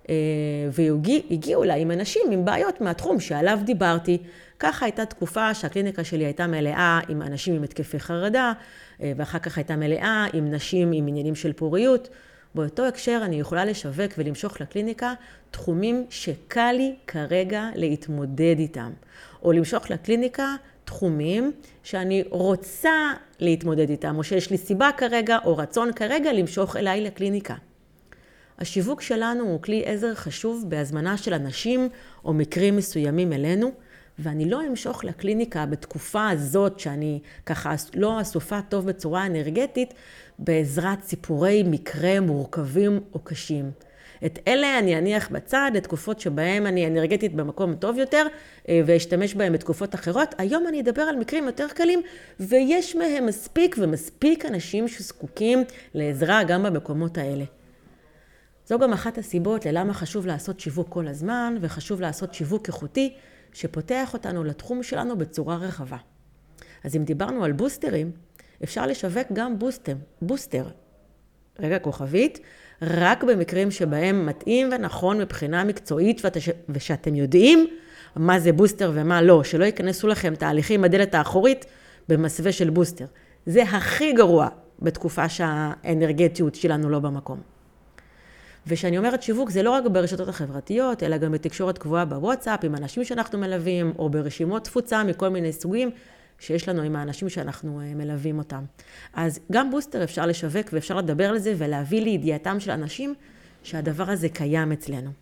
והגיעו אליי עם אנשים עם בעיות מהתחום שעליו דיברתי. ככה הייתה תקופה שהקליניקה שלי הייתה מלאה עם אנשים עם התקפי חרדה, ואחר כך הייתה מלאה עם נשים עם עניינים של פוריות. באותו הקשר אני יכולה לשווק ולמשוך לקליניקה תחומים שקל לי כרגע להתמודד איתם. או למשוך לקליניקה תחומים שאני רוצה להתמודד איתם, או שיש לי סיבה כרגע או רצון כרגע למשוך אליי לקליניקה. השיווק שלנו הוא כלי עזר חשוב בהזמנה של אנשים או מקרים מסוימים אלינו, ואני לא אמשוך לקליניקה בתקופה הזאת שאני ככה לא אסופה טוב בצורה אנרגטית, בעזרת סיפורי מקרה מורכבים או קשים. את אלה אני אניח בצד, לתקופות שבהם אני אנרגטית במקום טוב יותר, ואשתמש בהם בתקופות אחרות. היום אני אדבר על מקרים יותר קלים, ויש מהם מספיק ומספיק אנשים שזקוקים לעזרה גם במקומות האלה. זו גם אחת הסיבות ללמה חשוב לעשות שיווק כל הזמן, וחשוב לעשות שיווק איכותי, שפותח אותנו לתחום שלנו בצורה רחבה. אז אם דיברנו על בוסטרים, אפשר לשווק גם בוסטר, בוסטר, רגע כוכבית, רק במקרים שבהם מתאים ונכון מבחינה מקצועית, ושאתם יודעים מה זה בוסטר ומה לא, שלא ייכנסו לכם תהליכים בדלת האחורית במסווה של בוסטר. זה הכי גרוע בתקופה שהאנרגטיות שלנו לא במקום. ושאני אומרת שיווק זה לא רק ברשתות החברתיות, אלא גם בתקשורת קבועה בוואטסאפ, עם אנשים שאנחנו מלווים, או ברשימות תפוצה מכל מיני סוגים שיש לנו עם האנשים שאנחנו מלווים אותם. אז גם בוסטר אפשר לשווק ואפשר לדבר על זה ולהביא לידיעתם של אנשים שהדבר הזה קיים אצלנו.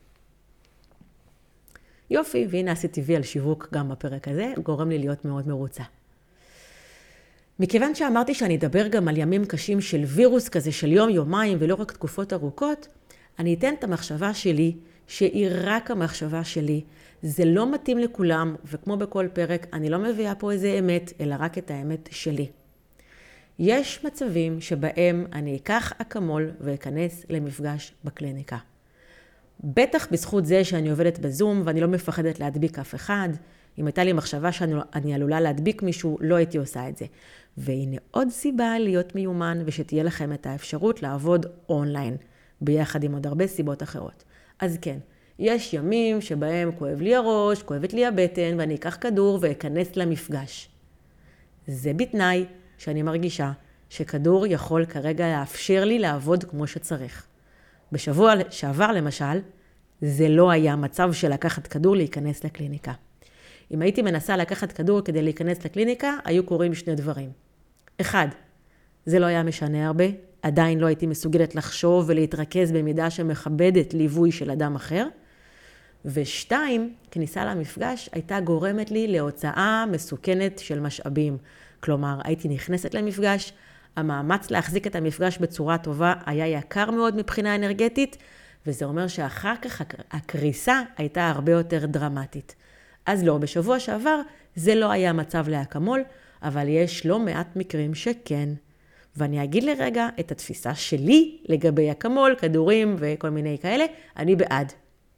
יופי, והנה עשיתי וי על שיווק גם בפרק הזה, גורם לי להיות מאוד מרוצה. מכיוון שאמרתי שאני אדבר גם על ימים קשים של וירוס כזה של יום יומיים ולא רק תקופות ארוכות, אני אתן את המחשבה שלי שהיא רק המחשבה שלי. זה לא מתאים לכולם, וכמו בכל פרק אני לא מביאה פה איזה אמת, אלא רק את האמת שלי. יש מצבים שבהם אני אקח אקמול ואכנס למפגש בקליניקה. בטח בזכות זה שאני עובדת בזום ואני לא מפחדת להדביק אף אחד. אם הייתה לי מחשבה שאני עלולה להדביק מישהו, לא הייתי עושה את זה. והנה עוד סיבה להיות מיומן ושתהיה לכם את האפשרות לעבוד אונליין, ביחד עם עוד הרבה סיבות אחרות. אז כן, יש ימים שבהם כואב לי הראש, כואבת לי הבטן, ואני אקח כדור ואכנס למפגש. זה בתנאי שאני מרגישה שכדור יכול כרגע לאפשר לי לעבוד כמו שצריך. בשבוע שעבר למשל, זה לא היה מצב של לקחת כדור להיכנס לקליניקה. אם הייתי מנסה לקחת כדור כדי להיכנס לקליניקה, היו קורים שני דברים. אחד, זה לא היה משנה הרבה, עדיין לא הייתי מסוגלת לחשוב ולהתרכז במידה שמכבדת ליווי של אדם אחר. ושתיים, כניסה למפגש הייתה גורמת לי להוצאה מסוכנת של משאבים. כלומר, הייתי נכנסת למפגש, המאמץ להחזיק את המפגש בצורה טובה היה יקר מאוד מבחינה אנרגטית, וזה אומר שאחר כך הקריסה הייתה הרבה יותר דרמטית. אז לא, בשבוע שעבר זה לא היה מצב לאקמול, אבל יש לא מעט מקרים שכן. ואני אגיד לרגע את התפיסה שלי לגבי אקמול, כדורים וכל מיני כאלה, אני בעד.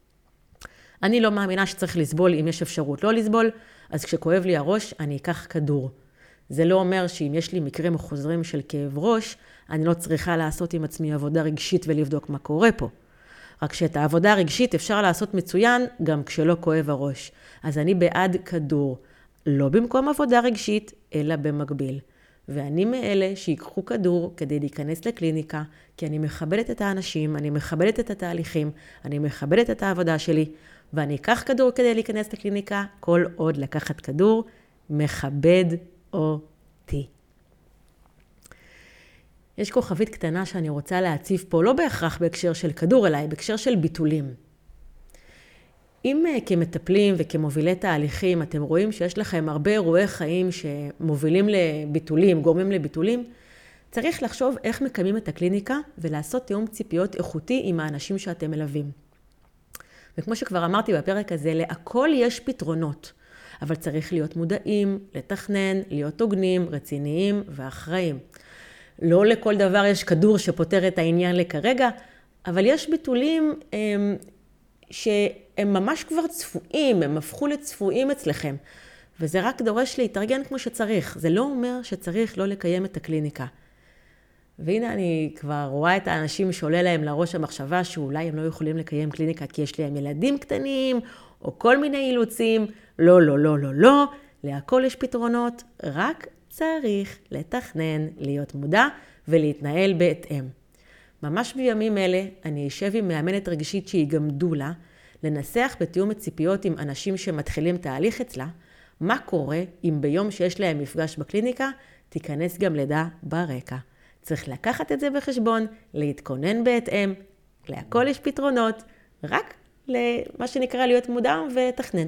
אני לא מאמינה שצריך לסבול אם יש אפשרות לא לסבול, אז כשכואב לי הראש אני אקח כדור. זה לא אומר שאם יש לי מקרים חוזרים של כאב ראש, אני לא צריכה לעשות עם עצמי עבודה רגשית ולבדוק מה קורה פה. רק שאת העבודה הרגשית אפשר לעשות מצוין גם כשלא כואב הראש. אז אני בעד כדור, לא במקום עבודה רגשית, אלא במקביל. ואני מאלה שיקחו כדור כדי להיכנס לקליניקה, כי אני מכבדת את האנשים, אני מכבדת את התהליכים, אני מכבדת את העבודה שלי, ואני אקח כדור כדי להיכנס לקליניקה, כל עוד לקחת כדור מכבד אותי. יש כוכבית קטנה שאני רוצה להציף פה, לא בהכרח בהקשר של כדור, אלא בהקשר של ביטולים. אם כמטפלים וכמובילי תהליכים אתם רואים שיש לכם הרבה אירועי חיים שמובילים לביטולים, גורמים לביטולים, צריך לחשוב איך מקיימים את הקליניקה ולעשות תיאום ציפיות איכותי עם האנשים שאתם מלווים. וכמו שכבר אמרתי בפרק הזה, להכל יש פתרונות, אבל צריך להיות מודעים, לתכנן, להיות הוגנים, רציניים ואחראים. לא לכל דבר יש כדור שפותר את העניין לכרגע, אבל יש ביטולים הם, שהם ממש כבר צפויים, הם הפכו לצפויים אצלכם. וזה רק דורש להתארגן כמו שצריך. זה לא אומר שצריך לא לקיים את הקליניקה. והנה אני כבר רואה את האנשים שעולה להם לראש המחשבה שאולי הם לא יכולים לקיים קליניקה כי יש להם ילדים קטנים או כל מיני אילוצים. לא, לא, לא, לא, לא. להכל יש פתרונות, רק צריך לתכנן, להיות מודע ולהתנהל בהתאם. ממש בימים אלה אני אשב עם מאמנת רגשית שהיא גם דולה, לנסח בתיאום הציפיות עם אנשים שמתחילים תהליך אצלה, מה קורה אם ביום שיש להם מפגש בקליניקה, תיכנס גם לידה ברקע. צריך לקחת את זה בחשבון, להתכונן בהתאם, להכל יש פתרונות, רק למה שנקרא להיות מודע ותכנן.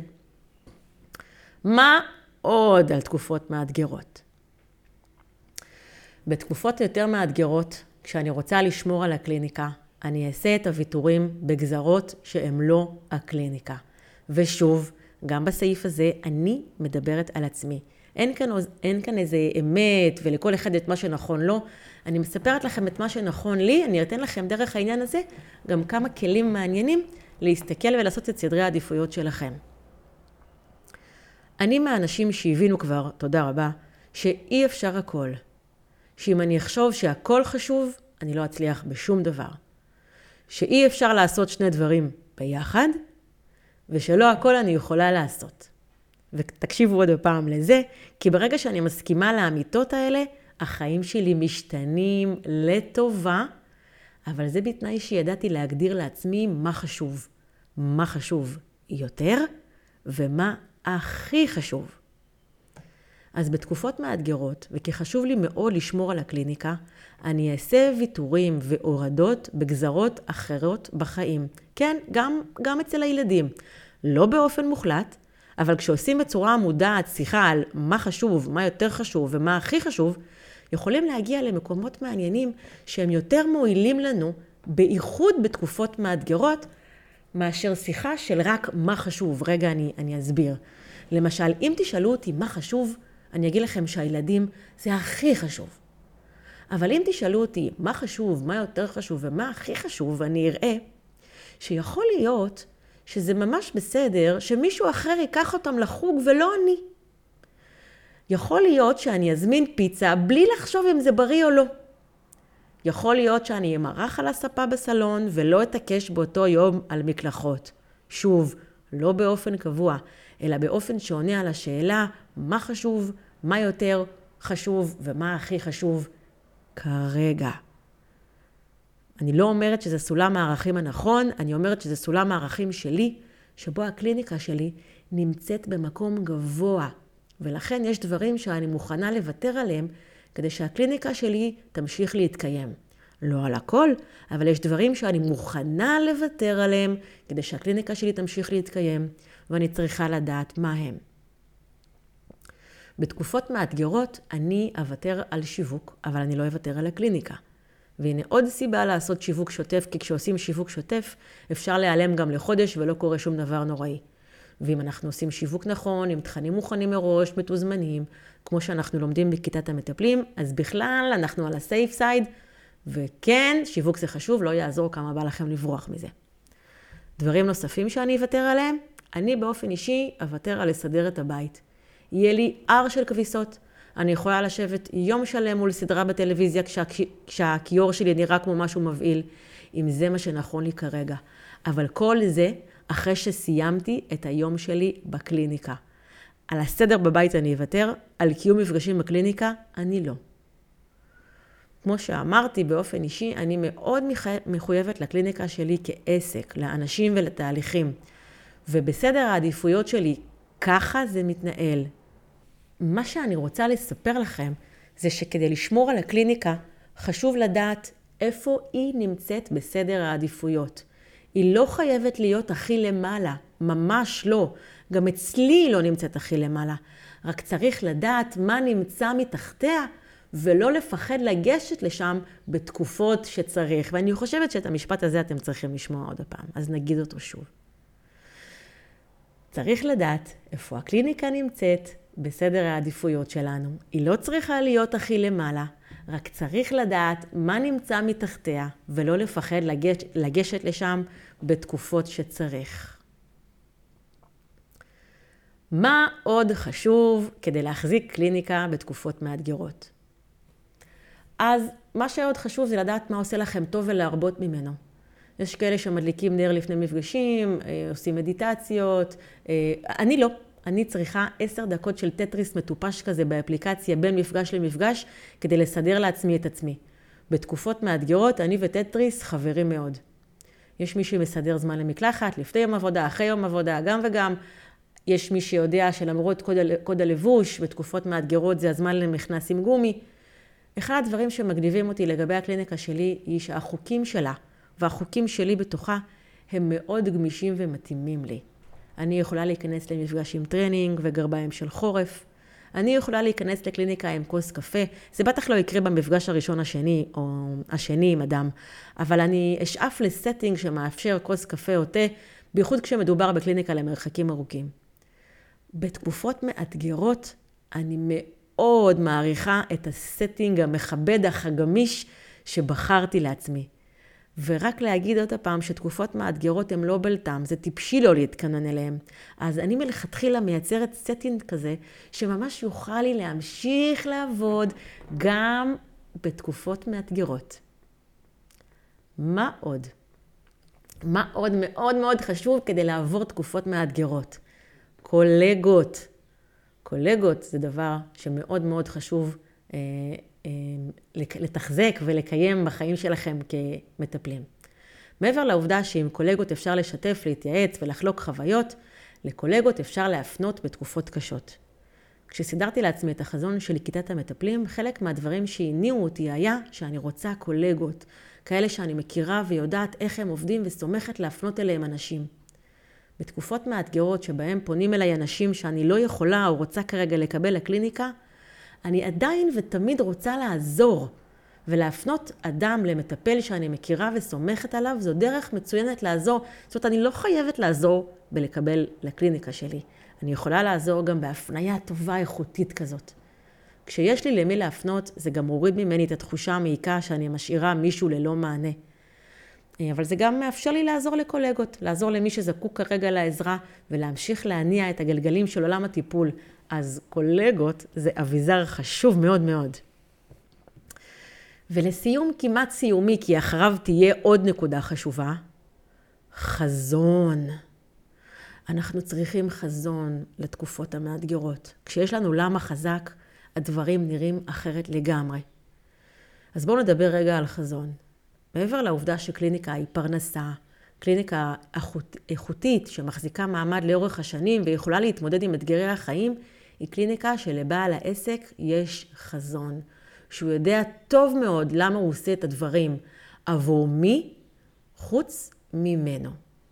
מה עוד על תקופות מאתגרות? בתקופות יותר מאתגרות, כשאני רוצה לשמור על הקליניקה, אני אעשה את הוויתורים בגזרות שהם לא הקליניקה. ושוב, גם בסעיף הזה אני מדברת על עצמי. אין כאן, אין כאן איזה אמת ולכל אחד את מה שנכון לו. אני מספרת לכם את מה שנכון לי, אני אתן לכם דרך העניין הזה גם כמה כלים מעניינים להסתכל ולעשות את סדרי העדיפויות שלכם. אני מהאנשים שהבינו כבר, תודה רבה, שאי אפשר הכל. שאם אני אחשוב שהכל חשוב, אני לא אצליח בשום דבר. שאי אפשר לעשות שני דברים ביחד, ושלא הכל אני יכולה לעשות. ותקשיבו עוד פעם לזה, כי ברגע שאני מסכימה לאמיתות האלה, החיים שלי משתנים לטובה, אבל זה בתנאי שידעתי להגדיר לעצמי מה חשוב. מה חשוב יותר ומה הכי חשוב. אז בתקופות מאתגרות, וכי חשוב לי מאוד לשמור על הקליניקה, אני אעשה ויתורים והורדות בגזרות אחרות בחיים. כן, גם, גם אצל הילדים. לא באופן מוחלט, אבל כשעושים בצורה מודעת שיחה על מה חשוב, מה יותר חשוב ומה הכי חשוב, יכולים להגיע למקומות מעניינים שהם יותר מועילים לנו, בייחוד בתקופות מאתגרות, מאשר שיחה של רק מה חשוב. רגע, אני, אני אסביר. למשל, אם תשאלו אותי מה חשוב, אני אגיד לכם שהילדים זה הכי חשוב. אבל אם תשאלו אותי מה חשוב, מה יותר חשוב ומה הכי חשוב, אני אראה שיכול להיות שזה ממש בסדר שמישהו אחר ייקח אותם לחוג ולא אני. יכול להיות שאני אזמין פיצה בלי לחשוב אם זה בריא או לא. יכול להיות שאני אמרח על הספה בסלון ולא אתעקש באותו יום על מקלחות. שוב, לא באופן קבוע, אלא באופן שעונה על השאלה מה חשוב, מה יותר חשוב ומה הכי חשוב כרגע. אני לא אומרת שזה סולם הערכים הנכון, אני אומרת שזה סולם הערכים שלי, שבו הקליניקה שלי נמצאת במקום גבוה. ולכן יש דברים שאני מוכנה לוותר עליהם, כדי שהקליניקה שלי תמשיך להתקיים. לא על הכל, אבל יש דברים שאני מוכנה לוותר עליהם, כדי שהקליניקה שלי תמשיך להתקיים, ואני צריכה לדעת מה הם. בתקופות מאתגרות אני אוותר על שיווק, אבל אני לא אוותר על הקליניקה. והנה עוד סיבה לעשות שיווק שוטף, כי כשעושים שיווק שוטף, אפשר להיעלם גם לחודש ולא קורה שום דבר נוראי. ואם אנחנו עושים שיווק נכון, עם תכנים מוכנים מראש, מתוזמנים, כמו שאנחנו לומדים בכיתת המטפלים, אז בכלל אנחנו על הסייף סייד, וכן, שיווק זה חשוב, לא יעזור כמה בא לכם לברוח מזה. דברים נוספים שאני אוותר עליהם, אני באופן אישי אוותר על לסדר את הבית. יהיה לי אר של כביסות. אני יכולה לשבת יום שלם מול סדרה בטלוויזיה כשה, כשהכיור שלי נראה כמו משהו מבעיל, אם זה מה שנכון לי כרגע. אבל כל זה אחרי שסיימתי את היום שלי בקליניקה. על הסדר בבית אני אוותר, על קיום מפגשים בקליניקה אני לא. כמו שאמרתי באופן אישי, אני מאוד מחויבת לקליניקה שלי כעסק, לאנשים ולתהליכים. ובסדר העדיפויות שלי, ככה זה מתנהל. מה שאני רוצה לספר לכם, זה שכדי לשמור על הקליניקה, חשוב לדעת איפה היא נמצאת בסדר העדיפויות. היא לא חייבת להיות הכי למעלה, ממש לא. גם אצלי היא לא נמצאת הכי למעלה. רק צריך לדעת מה נמצא מתחתיה, ולא לפחד לגשת לשם בתקופות שצריך. ואני חושבת שאת המשפט הזה אתם צריכים לשמוע עוד הפעם, אז נגיד אותו שוב. צריך לדעת איפה הקליניקה נמצאת בסדר העדיפויות שלנו. היא לא צריכה להיות הכי למעלה, רק צריך לדעת מה נמצא מתחתיה, ולא לפחד לגש, לגשת לשם בתקופות שצריך. מה עוד חשוב כדי להחזיק קליניקה בתקופות מאתגרות? אז מה שעוד חשוב זה לדעת מה עושה לכם טוב ולהרבות ממנו. יש כאלה שמדליקים נר לפני מפגשים, עושים מדיטציות. אני לא. אני צריכה עשר דקות של טטריס מטופש כזה באפליקציה בין מפגש למפגש, כדי לסדר לעצמי את עצמי. בתקופות מאתגרות אני וטטריס חברים מאוד. יש מי שמסדר זמן למקלחת, לפני יום עבודה, אחרי יום עבודה, גם וגם. יש מי שיודע שלמרות קוד, קוד הלבוש, בתקופות מאתגרות זה הזמן למכנס עם גומי. אחד הדברים שמגניבים אותי לגבי הקליניקה שלי, היא שהחוקים שלה, והחוקים שלי בתוכה, הם מאוד גמישים ומתאימים לי. אני יכולה להיכנס למפגש עם טרנינג וגרביים של חורף. אני יכולה להיכנס לקליניקה עם כוס קפה. זה בטח לא יקרה במפגש הראשון השני, או השני עם אדם. אבל אני אשאף לסטינג שמאפשר כוס קפה או תה, בייחוד כשמדובר בקליניקה למרחקים ארוכים. בתקופות מאתגרות, אני מאוד מעריכה את הסטינג המכבד, אך הגמיש שבחרתי לעצמי. ורק להגיד עוד הפעם שתקופות מאתגרות הן לא בלתם, זה טיפשי לא להתכנן אליהם. אז אני מלכתחילה מייצרת סטינג כזה, שממש יוכל לי להמשיך לעבוד גם בתקופות מאתגרות. מה עוד? מה עוד מאוד מאוד חשוב כדי לעבור תקופות מאתגרות? קולגות. קולגות זה דבר שמאוד מאוד חשוב אה, לתחזק ולקיים בחיים שלכם כמטפלים. מעבר לעובדה שעם קולגות אפשר לשתף, להתייעץ ולחלוק חוויות, לקולגות אפשר להפנות בתקופות קשות. כשסידרתי לעצמי את החזון של כיתת המטפלים, חלק מהדברים שהניעו אותי היה שאני רוצה קולגות, כאלה שאני מכירה ויודעת איך הם עובדים וסומכת להפנות אליהם אנשים. בתקופות מאתגרות שבהם פונים אליי אנשים שאני לא יכולה או רוצה כרגע לקבל לקליניקה, אני עדיין ותמיד רוצה לעזור, ולהפנות אדם למטפל שאני מכירה וסומכת עליו, זו דרך מצוינת לעזור. זאת אומרת, אני לא חייבת לעזור בלקבל לקליניקה שלי. אני יכולה לעזור גם בהפניה טובה איכותית כזאת. כשיש לי למי להפנות, זה גם מוריד ממני את התחושה המעיקה שאני משאירה מישהו ללא מענה. אבל זה גם מאפשר לי לעזור לקולגות, לעזור למי שזקוק כרגע לעזרה, ולהמשיך להניע את הגלגלים של עולם הטיפול. אז קולגות זה אביזר חשוב מאוד מאוד. ולסיום כמעט סיומי, כי אחריו תהיה עוד נקודה חשובה, חזון. אנחנו צריכים חזון לתקופות המאתגרות. כשיש לנו למה חזק, הדברים נראים אחרת לגמרי. אז בואו נדבר רגע על חזון. מעבר לעובדה שקליניקה היא פרנסה, קליניקה איכות, איכותית שמחזיקה מעמד לאורך השנים ויכולה להתמודד עם אתגרי החיים, היא קליניקה שלבעל העסק יש חזון. שהוא יודע טוב מאוד למה הוא עושה את הדברים עבור מי חוץ ממנו.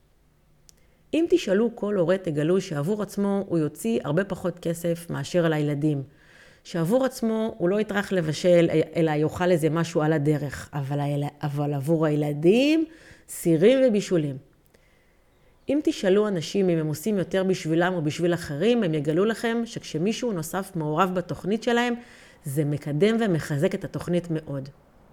אם תשאלו כל הורה תגלו שעבור עצמו הוא יוציא הרבה פחות כסף מאשר על הילדים. שעבור עצמו הוא לא יטרח לבשל אלא יאכל איזה משהו על הדרך. אבל, אבל עבור הילדים סירים ובישולים. אם תשאלו אנשים אם הם עושים יותר בשבילם או בשביל אחרים, הם יגלו לכם שכשמישהו נוסף מעורב בתוכנית שלהם, זה מקדם ומחזק את התוכנית מאוד.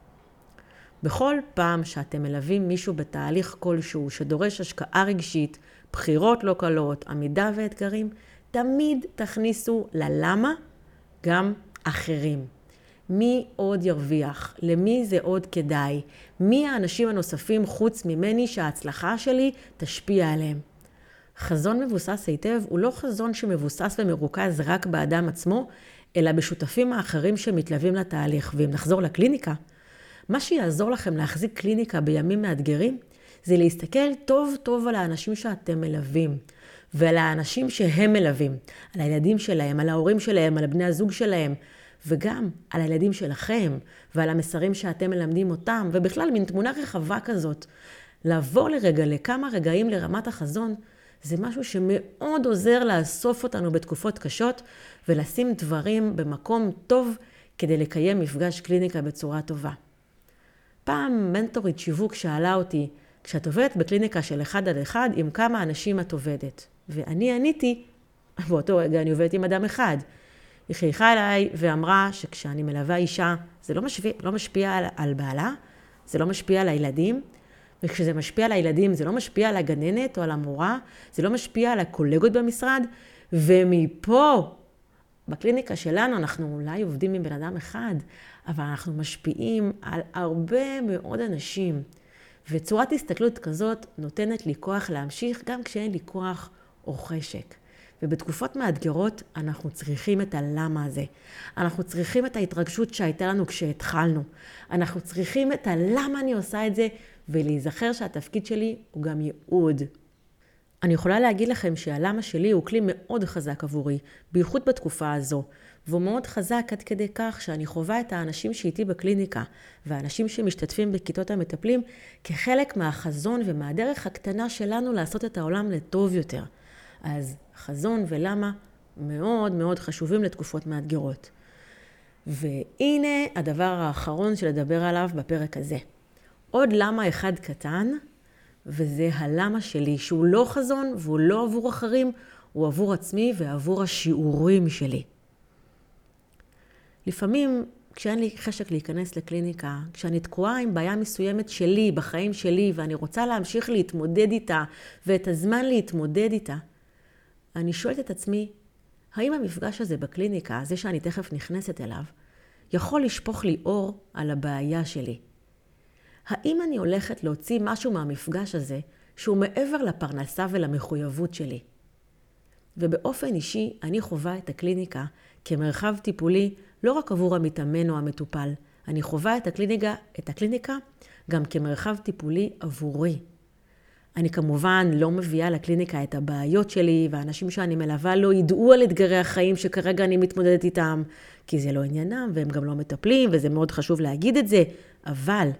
בכל פעם שאתם מלווים מישהו בתהליך כלשהו שדורש השקעה רגשית, בחירות לא קלות, עמידה ואתגרים, תמיד תכניסו ללמה גם אחרים. מי עוד ירוויח? למי זה עוד כדאי? מי האנשים הנוספים חוץ ממני שההצלחה שלי תשפיע עליהם? חזון מבוסס היטב הוא לא חזון שמבוסס ומרוכז רק באדם עצמו, אלא בשותפים האחרים שמתלווים לתהליך. ואם נחזור לקליניקה, מה שיעזור לכם להחזיק קליניקה בימים מאתגרים, זה להסתכל טוב טוב על האנשים שאתם מלווים, ועל האנשים שהם מלווים, על הילדים שלהם, על ההורים שלהם, על בני הזוג שלהם, וגם על הילדים שלכם, ועל המסרים שאתם מלמדים אותם, ובכלל מין תמונה רחבה כזאת. לעבור לרגע, לכמה רגעים לרמת החזון, זה משהו שמאוד עוזר לאסוף אותנו בתקופות קשות, ולשים דברים במקום טוב כדי לקיים מפגש קליניקה בצורה טובה. פעם מנטורית שיווק שאלה אותי, כשאת עובדת בקליניקה של אחד עד אחד, עם כמה אנשים את עובדת? ואני עניתי, באותו רגע אני עובדת עם אדם אחד. היא חייכה אליי ואמרה שכשאני מלווה אישה, זה לא משפיע, לא משפיע על, על בעלה, זה לא משפיע על הילדים, וכשזה משפיע על הילדים, זה לא משפיע על הגננת או על המורה, זה לא משפיע על הקולגות במשרד, ומפה, בקליניקה שלנו, אנחנו אולי עובדים עם בן אדם אחד, אבל אנחנו משפיעים על הרבה מאוד אנשים. וצורת הסתכלות כזאת נותנת לי כוח להמשיך, גם כשאין לי כוח או חשק. ובתקופות מאתגרות אנחנו צריכים את הלמה הזה. אנחנו צריכים את ההתרגשות שהייתה לנו כשהתחלנו. אנחנו צריכים את הלמה אני עושה את זה, ולהיזכר שהתפקיד שלי הוא גם ייעוד. אני יכולה להגיד לכם שהלמה שלי הוא כלי מאוד חזק עבורי, בייחוד בתקופה הזו, והוא מאוד חזק עד כדי כך שאני חווה את האנשים שאיתי בקליניקה, והאנשים שמשתתפים בכיתות המטפלים, כחלק מהחזון ומהדרך הקטנה שלנו לעשות את העולם לטוב יותר. אז חזון ולמה מאוד מאוד חשובים לתקופות מאתגרות. והנה הדבר האחרון שלדבר עליו בפרק הזה. עוד למה אחד קטן, וזה הלמה שלי, שהוא לא חזון והוא לא עבור אחרים, הוא עבור עצמי ועבור השיעורים שלי. לפעמים כשאין לי חשק להיכנס לקליניקה, כשאני תקועה עם בעיה מסוימת שלי, בחיים שלי, ואני רוצה להמשיך להתמודד איתה, ואת הזמן להתמודד איתה, אני שואלת את עצמי, האם המפגש הזה בקליניקה, זה שאני תכף נכנסת אליו, יכול לשפוך לי אור על הבעיה שלי? האם אני הולכת להוציא משהו מהמפגש הזה, שהוא מעבר לפרנסה ולמחויבות שלי? ובאופן אישי, אני חווה את הקליניקה כמרחב טיפולי לא רק עבור המתאמן או המטופל. אני חווה את הקליניקה, את הקליניקה גם כמרחב טיפולי עבורי. אני כמובן לא מביאה לקליניקה את הבעיות שלי, והאנשים שאני מלווה לא ידעו על אתגרי החיים שכרגע אני מתמודדת איתם, כי זה לא עניינם והם גם לא מטפלים, וזה מאוד חשוב להגיד את זה, אבל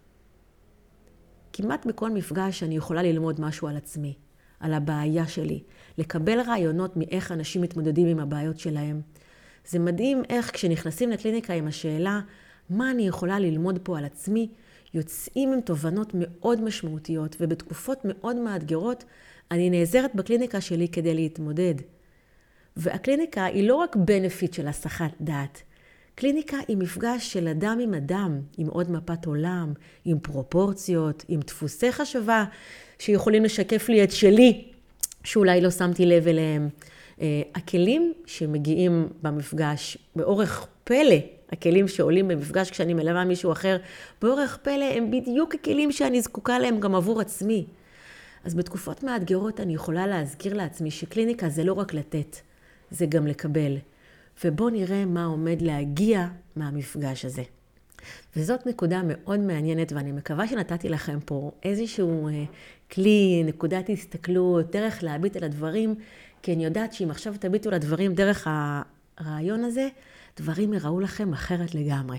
כמעט בכל מפגש אני יכולה ללמוד משהו על עצמי, על הבעיה שלי, לקבל רעיונות מאיך אנשים מתמודדים עם הבעיות שלהם. זה מדהים איך כשנכנסים לקליניקה עם השאלה, מה אני יכולה ללמוד פה על עצמי, יוצאים עם תובנות מאוד משמעותיות, ובתקופות מאוד מאתגרות, אני נעזרת בקליניקה שלי כדי להתמודד. והקליניקה היא לא רק בנפיט של הסחת דעת. קליניקה היא מפגש של אדם עם אדם, עם עוד מפת עולם, עם פרופורציות, עם דפוסי חשבה, שיכולים לשקף לי את שלי, שאולי לא שמתי לב אליהם. הכלים שמגיעים במפגש באורך פלא, הכלים שעולים במפגש כשאני מלווה מישהו אחר, באורך פלא הם בדיוק הכלים שאני זקוקה להם גם עבור עצמי. אז בתקופות מאתגרות אני יכולה להזכיר לעצמי שקליניקה זה לא רק לתת, זה גם לקבל. ובואו נראה מה עומד להגיע מהמפגש הזה. וזאת נקודה מאוד מעניינת, ואני מקווה שנתתי לכם פה איזשהו אה, כלי, נקודת הסתכלות, דרך להביט על הדברים, כי אני יודעת שאם עכשיו תביטו לדברים דרך הרעיון הזה, דברים יראו לכם אחרת לגמרי.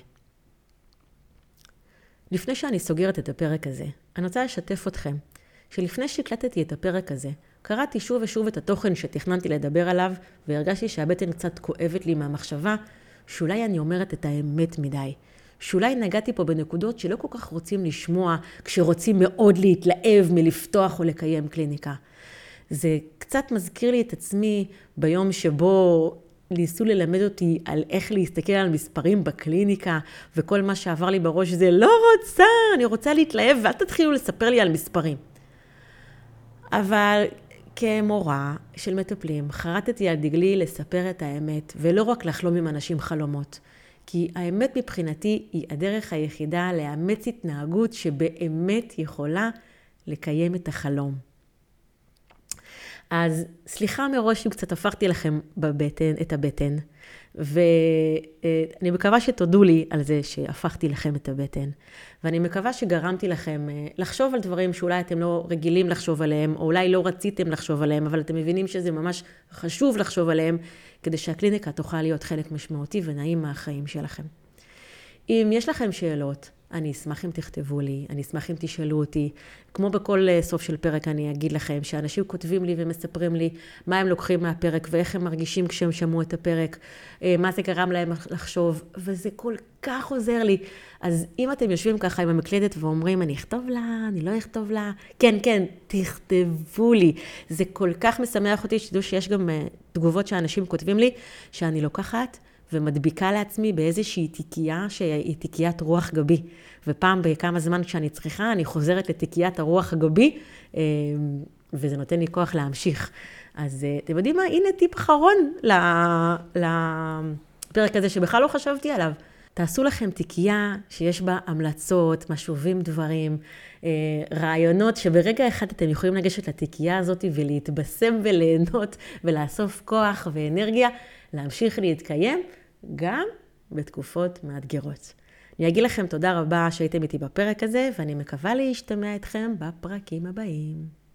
לפני שאני סוגרת את הפרק הזה, אני רוצה לשתף אתכם, שלפני שהקלטתי את הפרק הזה, קראתי שוב ושוב את התוכן שתכננתי לדבר עליו, והרגשתי שהבטן קצת כואבת לי מהמחשבה, שאולי אני אומרת את האמת מדי. שאולי נגעתי פה בנקודות שלא כל כך רוצים לשמוע, כשרוצים מאוד להתלהב מלפתוח או לקיים קליניקה. זה קצת מזכיר לי את עצמי ביום שבו ניסו ללמד אותי על איך להסתכל על מספרים בקליניקה, וכל מה שעבר לי בראש זה לא רוצה, אני רוצה להתלהב, ואל תתחילו לספר לי על מספרים. אבל כמורה של מטפלים, חרטתי על דגלי לספר את האמת, ולא רק לחלום עם אנשים חלומות. כי האמת מבחינתי היא הדרך היחידה לאמץ התנהגות שבאמת יכולה לקיים את החלום. אז סליחה מראש אם קצת הפכתי לכם בבטן, את הבטן, ואני מקווה שתודו לי על זה שהפכתי לכם את הבטן, ואני מקווה שגרמתי לכם לחשוב על דברים שאולי אתם לא רגילים לחשוב עליהם, או אולי לא רציתם לחשוב עליהם, אבל אתם מבינים שזה ממש חשוב לחשוב עליהם, כדי שהקליניקה תוכל להיות חלק משמעותי ונעים מהחיים שלכם. אם יש לכם שאלות, אני אשמח אם תכתבו לי, אני אשמח אם תשאלו אותי. כמו בכל סוף של פרק אני אגיד לכם שאנשים כותבים לי ומספרים לי מה הם לוקחים מהפרק ואיך הם מרגישים כשהם שמעו את הפרק, מה זה גרם להם לחשוב, וזה כל כך עוזר לי. אז אם אתם יושבים ככה עם המקלדת ואומרים אני אכתוב לה, אני לא אכתוב לה, כן, כן, תכתבו לי. זה כל כך משמח אותי שתדעו שיש גם תגובות שאנשים כותבים לי שאני לוקחת, ומדביקה לעצמי באיזושהי תיקייה שהיא תיקיית רוח גבי. ופעם בכמה זמן כשאני צריכה, אני חוזרת לתיקיית הרוח הגבי, וזה נותן לי כוח להמשיך. אז אתם יודעים מה? הנה טיפ אחרון לפרק הזה שבכלל לא חשבתי עליו. תעשו לכם תיקייה שיש בה המלצות, משובים דברים, רעיונות שברגע אחד אתם יכולים לגשת לתיקייה הזאת ולהתבשם וליהנות ולאסוף כוח ואנרגיה, להמשיך להתקיים גם בתקופות מאתגרות. אני אגיד לכם תודה רבה שהייתם איתי בפרק הזה, ואני מקווה להשתמע אתכם בפרקים הבאים.